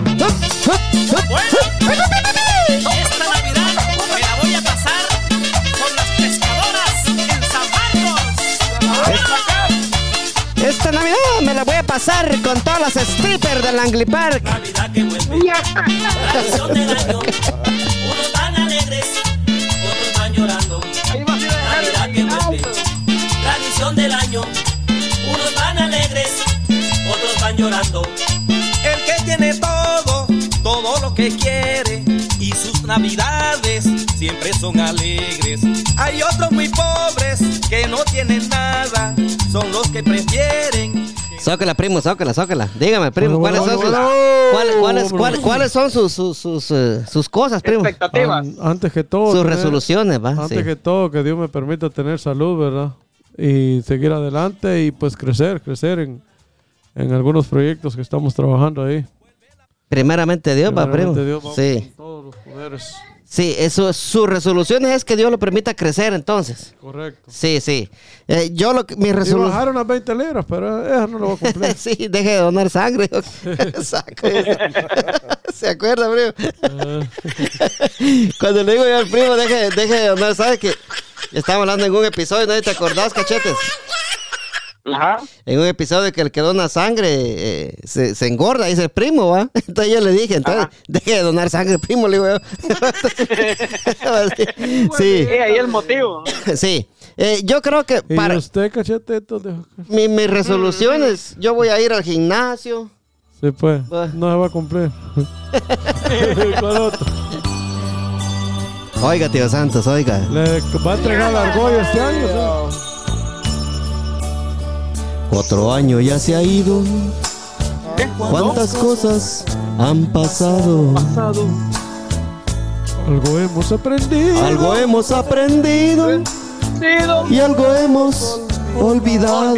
[SPEAKER 6] Esta Navidad me la voy a pasar con las pescadoras en San Marcos.
[SPEAKER 1] Esta Navidad me la voy a pasar con todas las strippers del Langley Park.
[SPEAKER 6] Navidad que vuelve, tradición del año. Unos van alegres, otros van llorando. Navidad que vuelve, tradición del año. Unos van alegres, otros van llorando. El que tiene todo, todo lo que quiere, y sus navidades siempre son alegres. Hay otros muy pobres que no tienen nada, son los que prefieren.
[SPEAKER 1] Zócala, primo, zócala, zócala. Dígame, primo,
[SPEAKER 2] Bueno,
[SPEAKER 1] ¿cuáles son
[SPEAKER 2] bueno,
[SPEAKER 1] sus,
[SPEAKER 2] bueno.
[SPEAKER 1] cuáles, cuáles,
[SPEAKER 2] Bueno.
[SPEAKER 1] cuáles, cuáles son sus, sus, sus, eh, sus cosas, primo?
[SPEAKER 3] Expectativas.
[SPEAKER 2] An- antes que todo.
[SPEAKER 1] Sus
[SPEAKER 2] tener-
[SPEAKER 1] resoluciones, va.
[SPEAKER 2] Antes
[SPEAKER 1] Sí.
[SPEAKER 2] que todo, que Dios me permita tener salud, ¿verdad? Y seguir adelante y pues crecer, crecer en, en algunos proyectos que estamos trabajando ahí.
[SPEAKER 1] Primeramente Dios, va, primo.
[SPEAKER 2] Primeramente Dios, vamos
[SPEAKER 1] Sí.
[SPEAKER 2] con todos los poderes.
[SPEAKER 1] Sí, eso, sus resoluciones es que Dios lo permita crecer, entonces.
[SPEAKER 2] Correcto.
[SPEAKER 1] Sí, sí. Eh, yo lo que, mi
[SPEAKER 2] Y
[SPEAKER 1] resolución...
[SPEAKER 2] bajar unas veinte libras, pero esa no lo voy a cumplir.
[SPEAKER 1] Sí, deje de donar sangre. Saco eso. ¿Se acuerda, primo? Cuando le digo yo al primo, deje, deje de donar sangre, que estábamos hablando en un episodio, ¿no? ¿Te acordás, cachetes?
[SPEAKER 3] Ajá.
[SPEAKER 1] En un episodio que el que dona sangre eh, se, se engorda, dice el primo, ¿va? Entonces yo le dije, entonces, deje de donar sangre, primo, le digo yo. Sí,
[SPEAKER 3] Sí, ahí el motivo.
[SPEAKER 1] sí. Eh, yo creo que
[SPEAKER 2] Y
[SPEAKER 1] para
[SPEAKER 2] usted, cachetito, de...
[SPEAKER 1] mi- mis resoluciones, yo voy a ir al gimnasio.
[SPEAKER 2] sí, pues,
[SPEAKER 1] Va.
[SPEAKER 2] no se va a cumplir. ¿Cuál otro?
[SPEAKER 1] Oiga, tío Santos, oiga.
[SPEAKER 2] Le va a entregar la argolla este año, ¿sí?
[SPEAKER 1] Otro año ya se ha ido. ¿Cuántas cosas han pasado?
[SPEAKER 2] Algo hemos aprendido.
[SPEAKER 1] Algo hemos aprendido y algo hemos olvidado.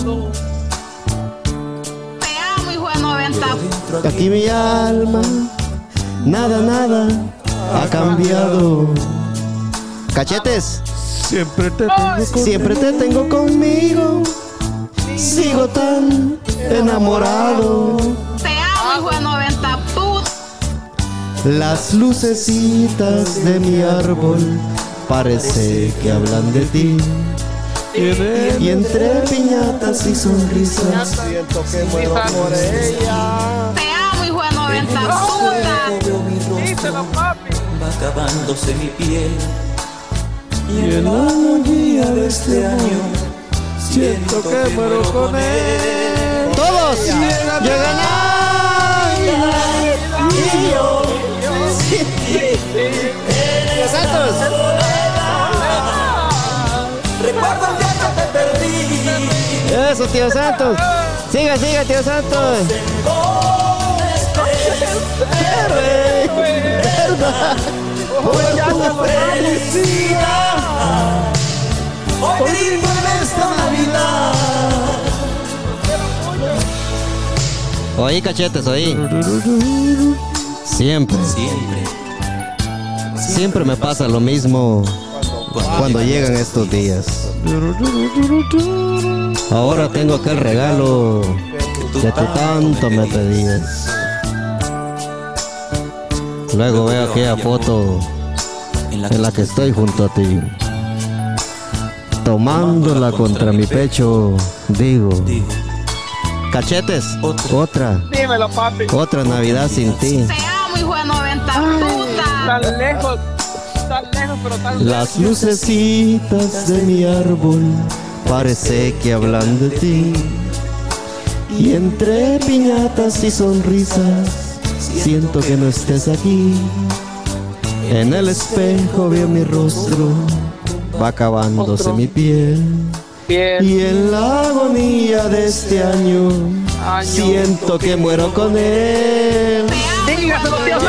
[SPEAKER 5] Te amo, hijo de noventa.
[SPEAKER 1] Aquí mi alma, nada, nada ha cambiado. Cachetes,
[SPEAKER 2] Siempre te tengo con...
[SPEAKER 1] siempre te tengo conmigo. Sigo tan enamorado.
[SPEAKER 5] Te amo, hijo de noventa. Puta.
[SPEAKER 1] Las lucecitas de mi árbol parece que hablan de ti.
[SPEAKER 2] Tiene-
[SPEAKER 1] Y entre piñatas y sonrisas
[SPEAKER 4] Siento que muero por ella.
[SPEAKER 5] Te amo, hijo de noventa. Puta.
[SPEAKER 3] Díselo, papi.
[SPEAKER 6] Va acabándose mi piel.
[SPEAKER 2] Y en la guía de este año siento que muero con él.
[SPEAKER 1] todos llegan a y yo. Santos.
[SPEAKER 6] Recuerdo el día que te perdí.
[SPEAKER 1] Eso, tío Santos. Siga, siga, tío Santos.
[SPEAKER 6] Por tu felicidad. Hoy vivo en esta Navidad.
[SPEAKER 1] Oí, cachetes, oí. Siempre,
[SPEAKER 6] Siempre.
[SPEAKER 1] siempre me pasa lo mismo cuando llegan estos días. Ahora tengo aquel regalo que tú tanto me pedías. Luego veo aquella foto en la que estoy junto a ti. Tomándola contra mi pecho, digo, cachetes, otra,
[SPEAKER 3] Dímelo, papi.
[SPEAKER 1] otra Navidad sin ti.
[SPEAKER 5] Te amo, hijo de noventa. Puta.
[SPEAKER 3] Tan lejos, tan lejos, pero tan
[SPEAKER 1] Las lucecitas de mi árbol parece que hablan de ti. Y entre piñatas y sonrisas siento que no estés aquí. En el espejo veo mi rostro, va acabándose mi piel.
[SPEAKER 3] Bien.
[SPEAKER 1] Y en la agonía de este año,
[SPEAKER 3] Año.
[SPEAKER 1] siento que muero con él.
[SPEAKER 3] Dígaselo, tío.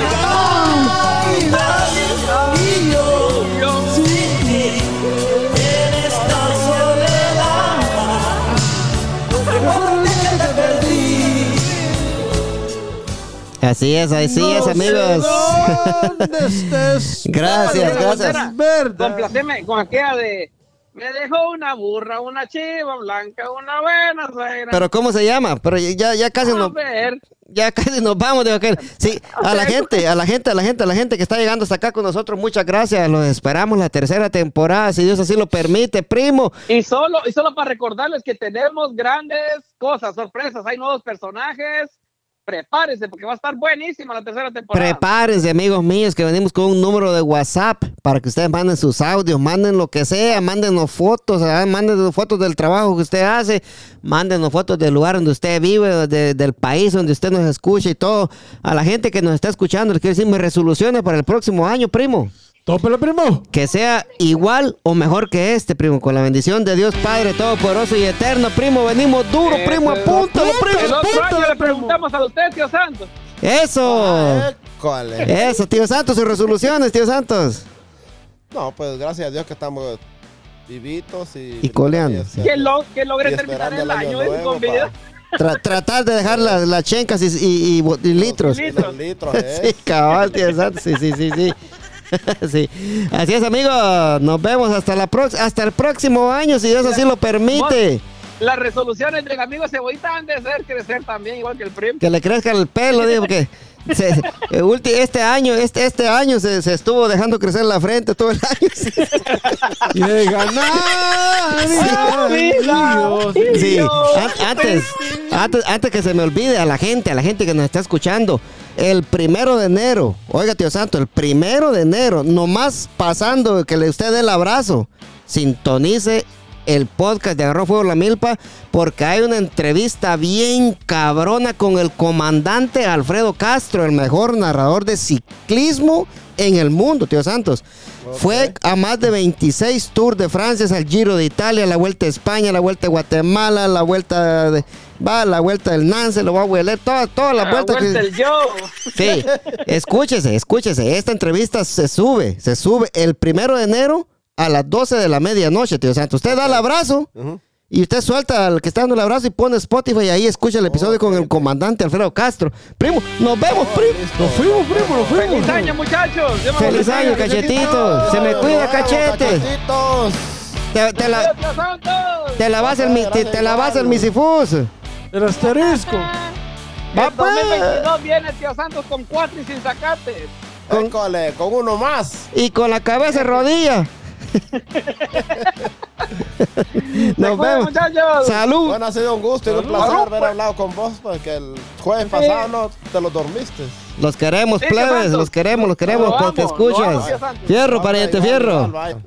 [SPEAKER 1] Así es, así es, amigos.
[SPEAKER 2] ¿Dónde estés?
[SPEAKER 1] Gracias, gracias.
[SPEAKER 2] Verdad.
[SPEAKER 3] Complaceme con aquella de... Me dejó una burra, una chiva blanca, una buena suegra.
[SPEAKER 1] Pero ¿cómo se llama? Pero ya, ya casi
[SPEAKER 3] A
[SPEAKER 1] nos,
[SPEAKER 3] ver.
[SPEAKER 1] ya casi nos vamos de aquel. Sí, a la gente, a la gente, a la gente, a la gente que está llegando hasta acá con nosotros, muchas gracias. Los esperamos la tercera temporada, si Dios así lo permite, primo.
[SPEAKER 3] Y solo, y solo para recordarles que tenemos grandes cosas, sorpresas. Hay nuevos personajes. Prepárense porque va a estar buenísima la tercera temporada.
[SPEAKER 1] Prepárense, amigos míos, que venimos con un número de WhatsApp para que ustedes manden sus audios, manden lo que sea, mándenos fotos, ¿verdad? Mándenos fotos del trabajo que usted hace, mándenos fotos del lugar donde usted vive, de, del país donde usted nos escucha y todo. A la gente que nos está escuchando, les quiero decir mis resoluciones para el próximo año, primo.
[SPEAKER 2] Tópele, primo.
[SPEAKER 1] Que sea igual o mejor que este, primo, con la bendición de Dios Padre Todopoderoso y Eterno, primo. Venimos duro,
[SPEAKER 3] Eh,
[SPEAKER 1] primo,
[SPEAKER 3] pero-
[SPEAKER 1] apúntalo, primo,
[SPEAKER 3] El otro año
[SPEAKER 1] apúntalo,
[SPEAKER 3] le
[SPEAKER 1] primo.
[SPEAKER 3] preguntamos a usted, tío Santos.
[SPEAKER 1] Eso,
[SPEAKER 4] École.
[SPEAKER 1] eso, tío Santos, sus resoluciones, tío Santos.
[SPEAKER 4] No, pues gracias a Dios que estamos vivitos y...
[SPEAKER 1] Y coleando.
[SPEAKER 3] Que, lo, que logre
[SPEAKER 4] Y
[SPEAKER 3] terminar
[SPEAKER 4] esperando
[SPEAKER 3] el
[SPEAKER 4] el año
[SPEAKER 3] año, ¿eh?
[SPEAKER 4] nuevo,
[SPEAKER 3] Con vida.
[SPEAKER 1] Tra- tratar de dejar las, las chencas y, y- y bo- y litros.
[SPEAKER 3] Y
[SPEAKER 4] Los litros, ¿eh?
[SPEAKER 1] Sí, cabal, tío Santos. Sí, sí, sí, sí. Sí. Así es, amigos. Nos vemos hasta la prox- hasta el próximo año, si Dios así lo permite.
[SPEAKER 3] Las resoluciones del amigo Cebollita han de ser crecer también, igual que el primo.
[SPEAKER 1] Que le crezca el pelo, digo, porque se- eh, ulti- este año, este, este año se, se estuvo dejando crecer la frente todo el año. Sí.
[SPEAKER 2] Y de ganar.
[SPEAKER 3] Sí.
[SPEAKER 2] Dios.
[SPEAKER 1] Sí,
[SPEAKER 3] Dios.
[SPEAKER 1] an- antes, antes, antes que se me olvide a la gente, a la gente que nos está escuchando, el primero de enero, oiga, tío Santo, el primero de enero, nomás pasando que le usted dé el abrazo, sintonice el podcast de Agarró Fuego la Milpa, porque hay una entrevista bien cabrona con el comandante Alfredo Castro, el mejor narrador de ciclismo en el mundo, tío Santos.
[SPEAKER 4] Ok.
[SPEAKER 1] Fue a más de veintiséis Tours de Francia, al Giro de Italia, la Vuelta a España, la Vuelta a Guatemala, la Vuelta de, va, la Vuelta del Nance, lo voy a leer, todas, todas las
[SPEAKER 3] Ah,
[SPEAKER 1] vueltas que...
[SPEAKER 3] vuelta el yo.
[SPEAKER 1] Sí, escúchese, escúchese. Esta entrevista se sube, se sube el primero de enero a las doce de la medianoche, tío Santos. Usted da el abrazo
[SPEAKER 4] Ujú.
[SPEAKER 1] y usted suelta al que está dando el abrazo y pone Spotify y ahí escucha el episodio con el comandante Alfredo Castro. Primo, nos vemos, primo.
[SPEAKER 2] Nos fuimos, primo, nos fuimos.
[SPEAKER 3] Feliz año, muchachos. Dios me los
[SPEAKER 1] Feliz
[SPEAKER 3] bendiga.
[SPEAKER 1] año, cachetito. Se me cuida,
[SPEAKER 4] Bravo,
[SPEAKER 1] cachete.
[SPEAKER 4] cachetitos.
[SPEAKER 1] Te, te la,
[SPEAKER 3] Tío Santos.
[SPEAKER 1] te la vas el, mi- te, te la vas el misifus.
[SPEAKER 2] El asterisco.
[SPEAKER 1] Va,
[SPEAKER 3] El
[SPEAKER 1] pues.
[SPEAKER 3] dos mil veintidós viene Tío Santos con cuatro y sin sacate.
[SPEAKER 1] Con-
[SPEAKER 4] École, con uno más.
[SPEAKER 1] Y con la cabeza en rodilla. Nos
[SPEAKER 3] Cuiden,
[SPEAKER 1] vemos.
[SPEAKER 3] muchachos.
[SPEAKER 1] Salud.
[SPEAKER 4] Bueno, ha sido un gusto y un placer
[SPEAKER 3] Salud,
[SPEAKER 4] haber
[SPEAKER 3] pues.
[SPEAKER 4] hablado con vos, porque el jueves pasado no te lo dormiste.
[SPEAKER 1] Los queremos,
[SPEAKER 3] Sí,
[SPEAKER 1] plebes.
[SPEAKER 3] Santos.
[SPEAKER 1] Los queremos, los queremos.
[SPEAKER 3] Lo
[SPEAKER 1] Porque
[SPEAKER 3] amo, lo amo,
[SPEAKER 1] escuchas.
[SPEAKER 3] Tío Santos.
[SPEAKER 1] Fierro, pariente,
[SPEAKER 4] Igual,
[SPEAKER 1] fierro.
[SPEAKER 4] igual, bye.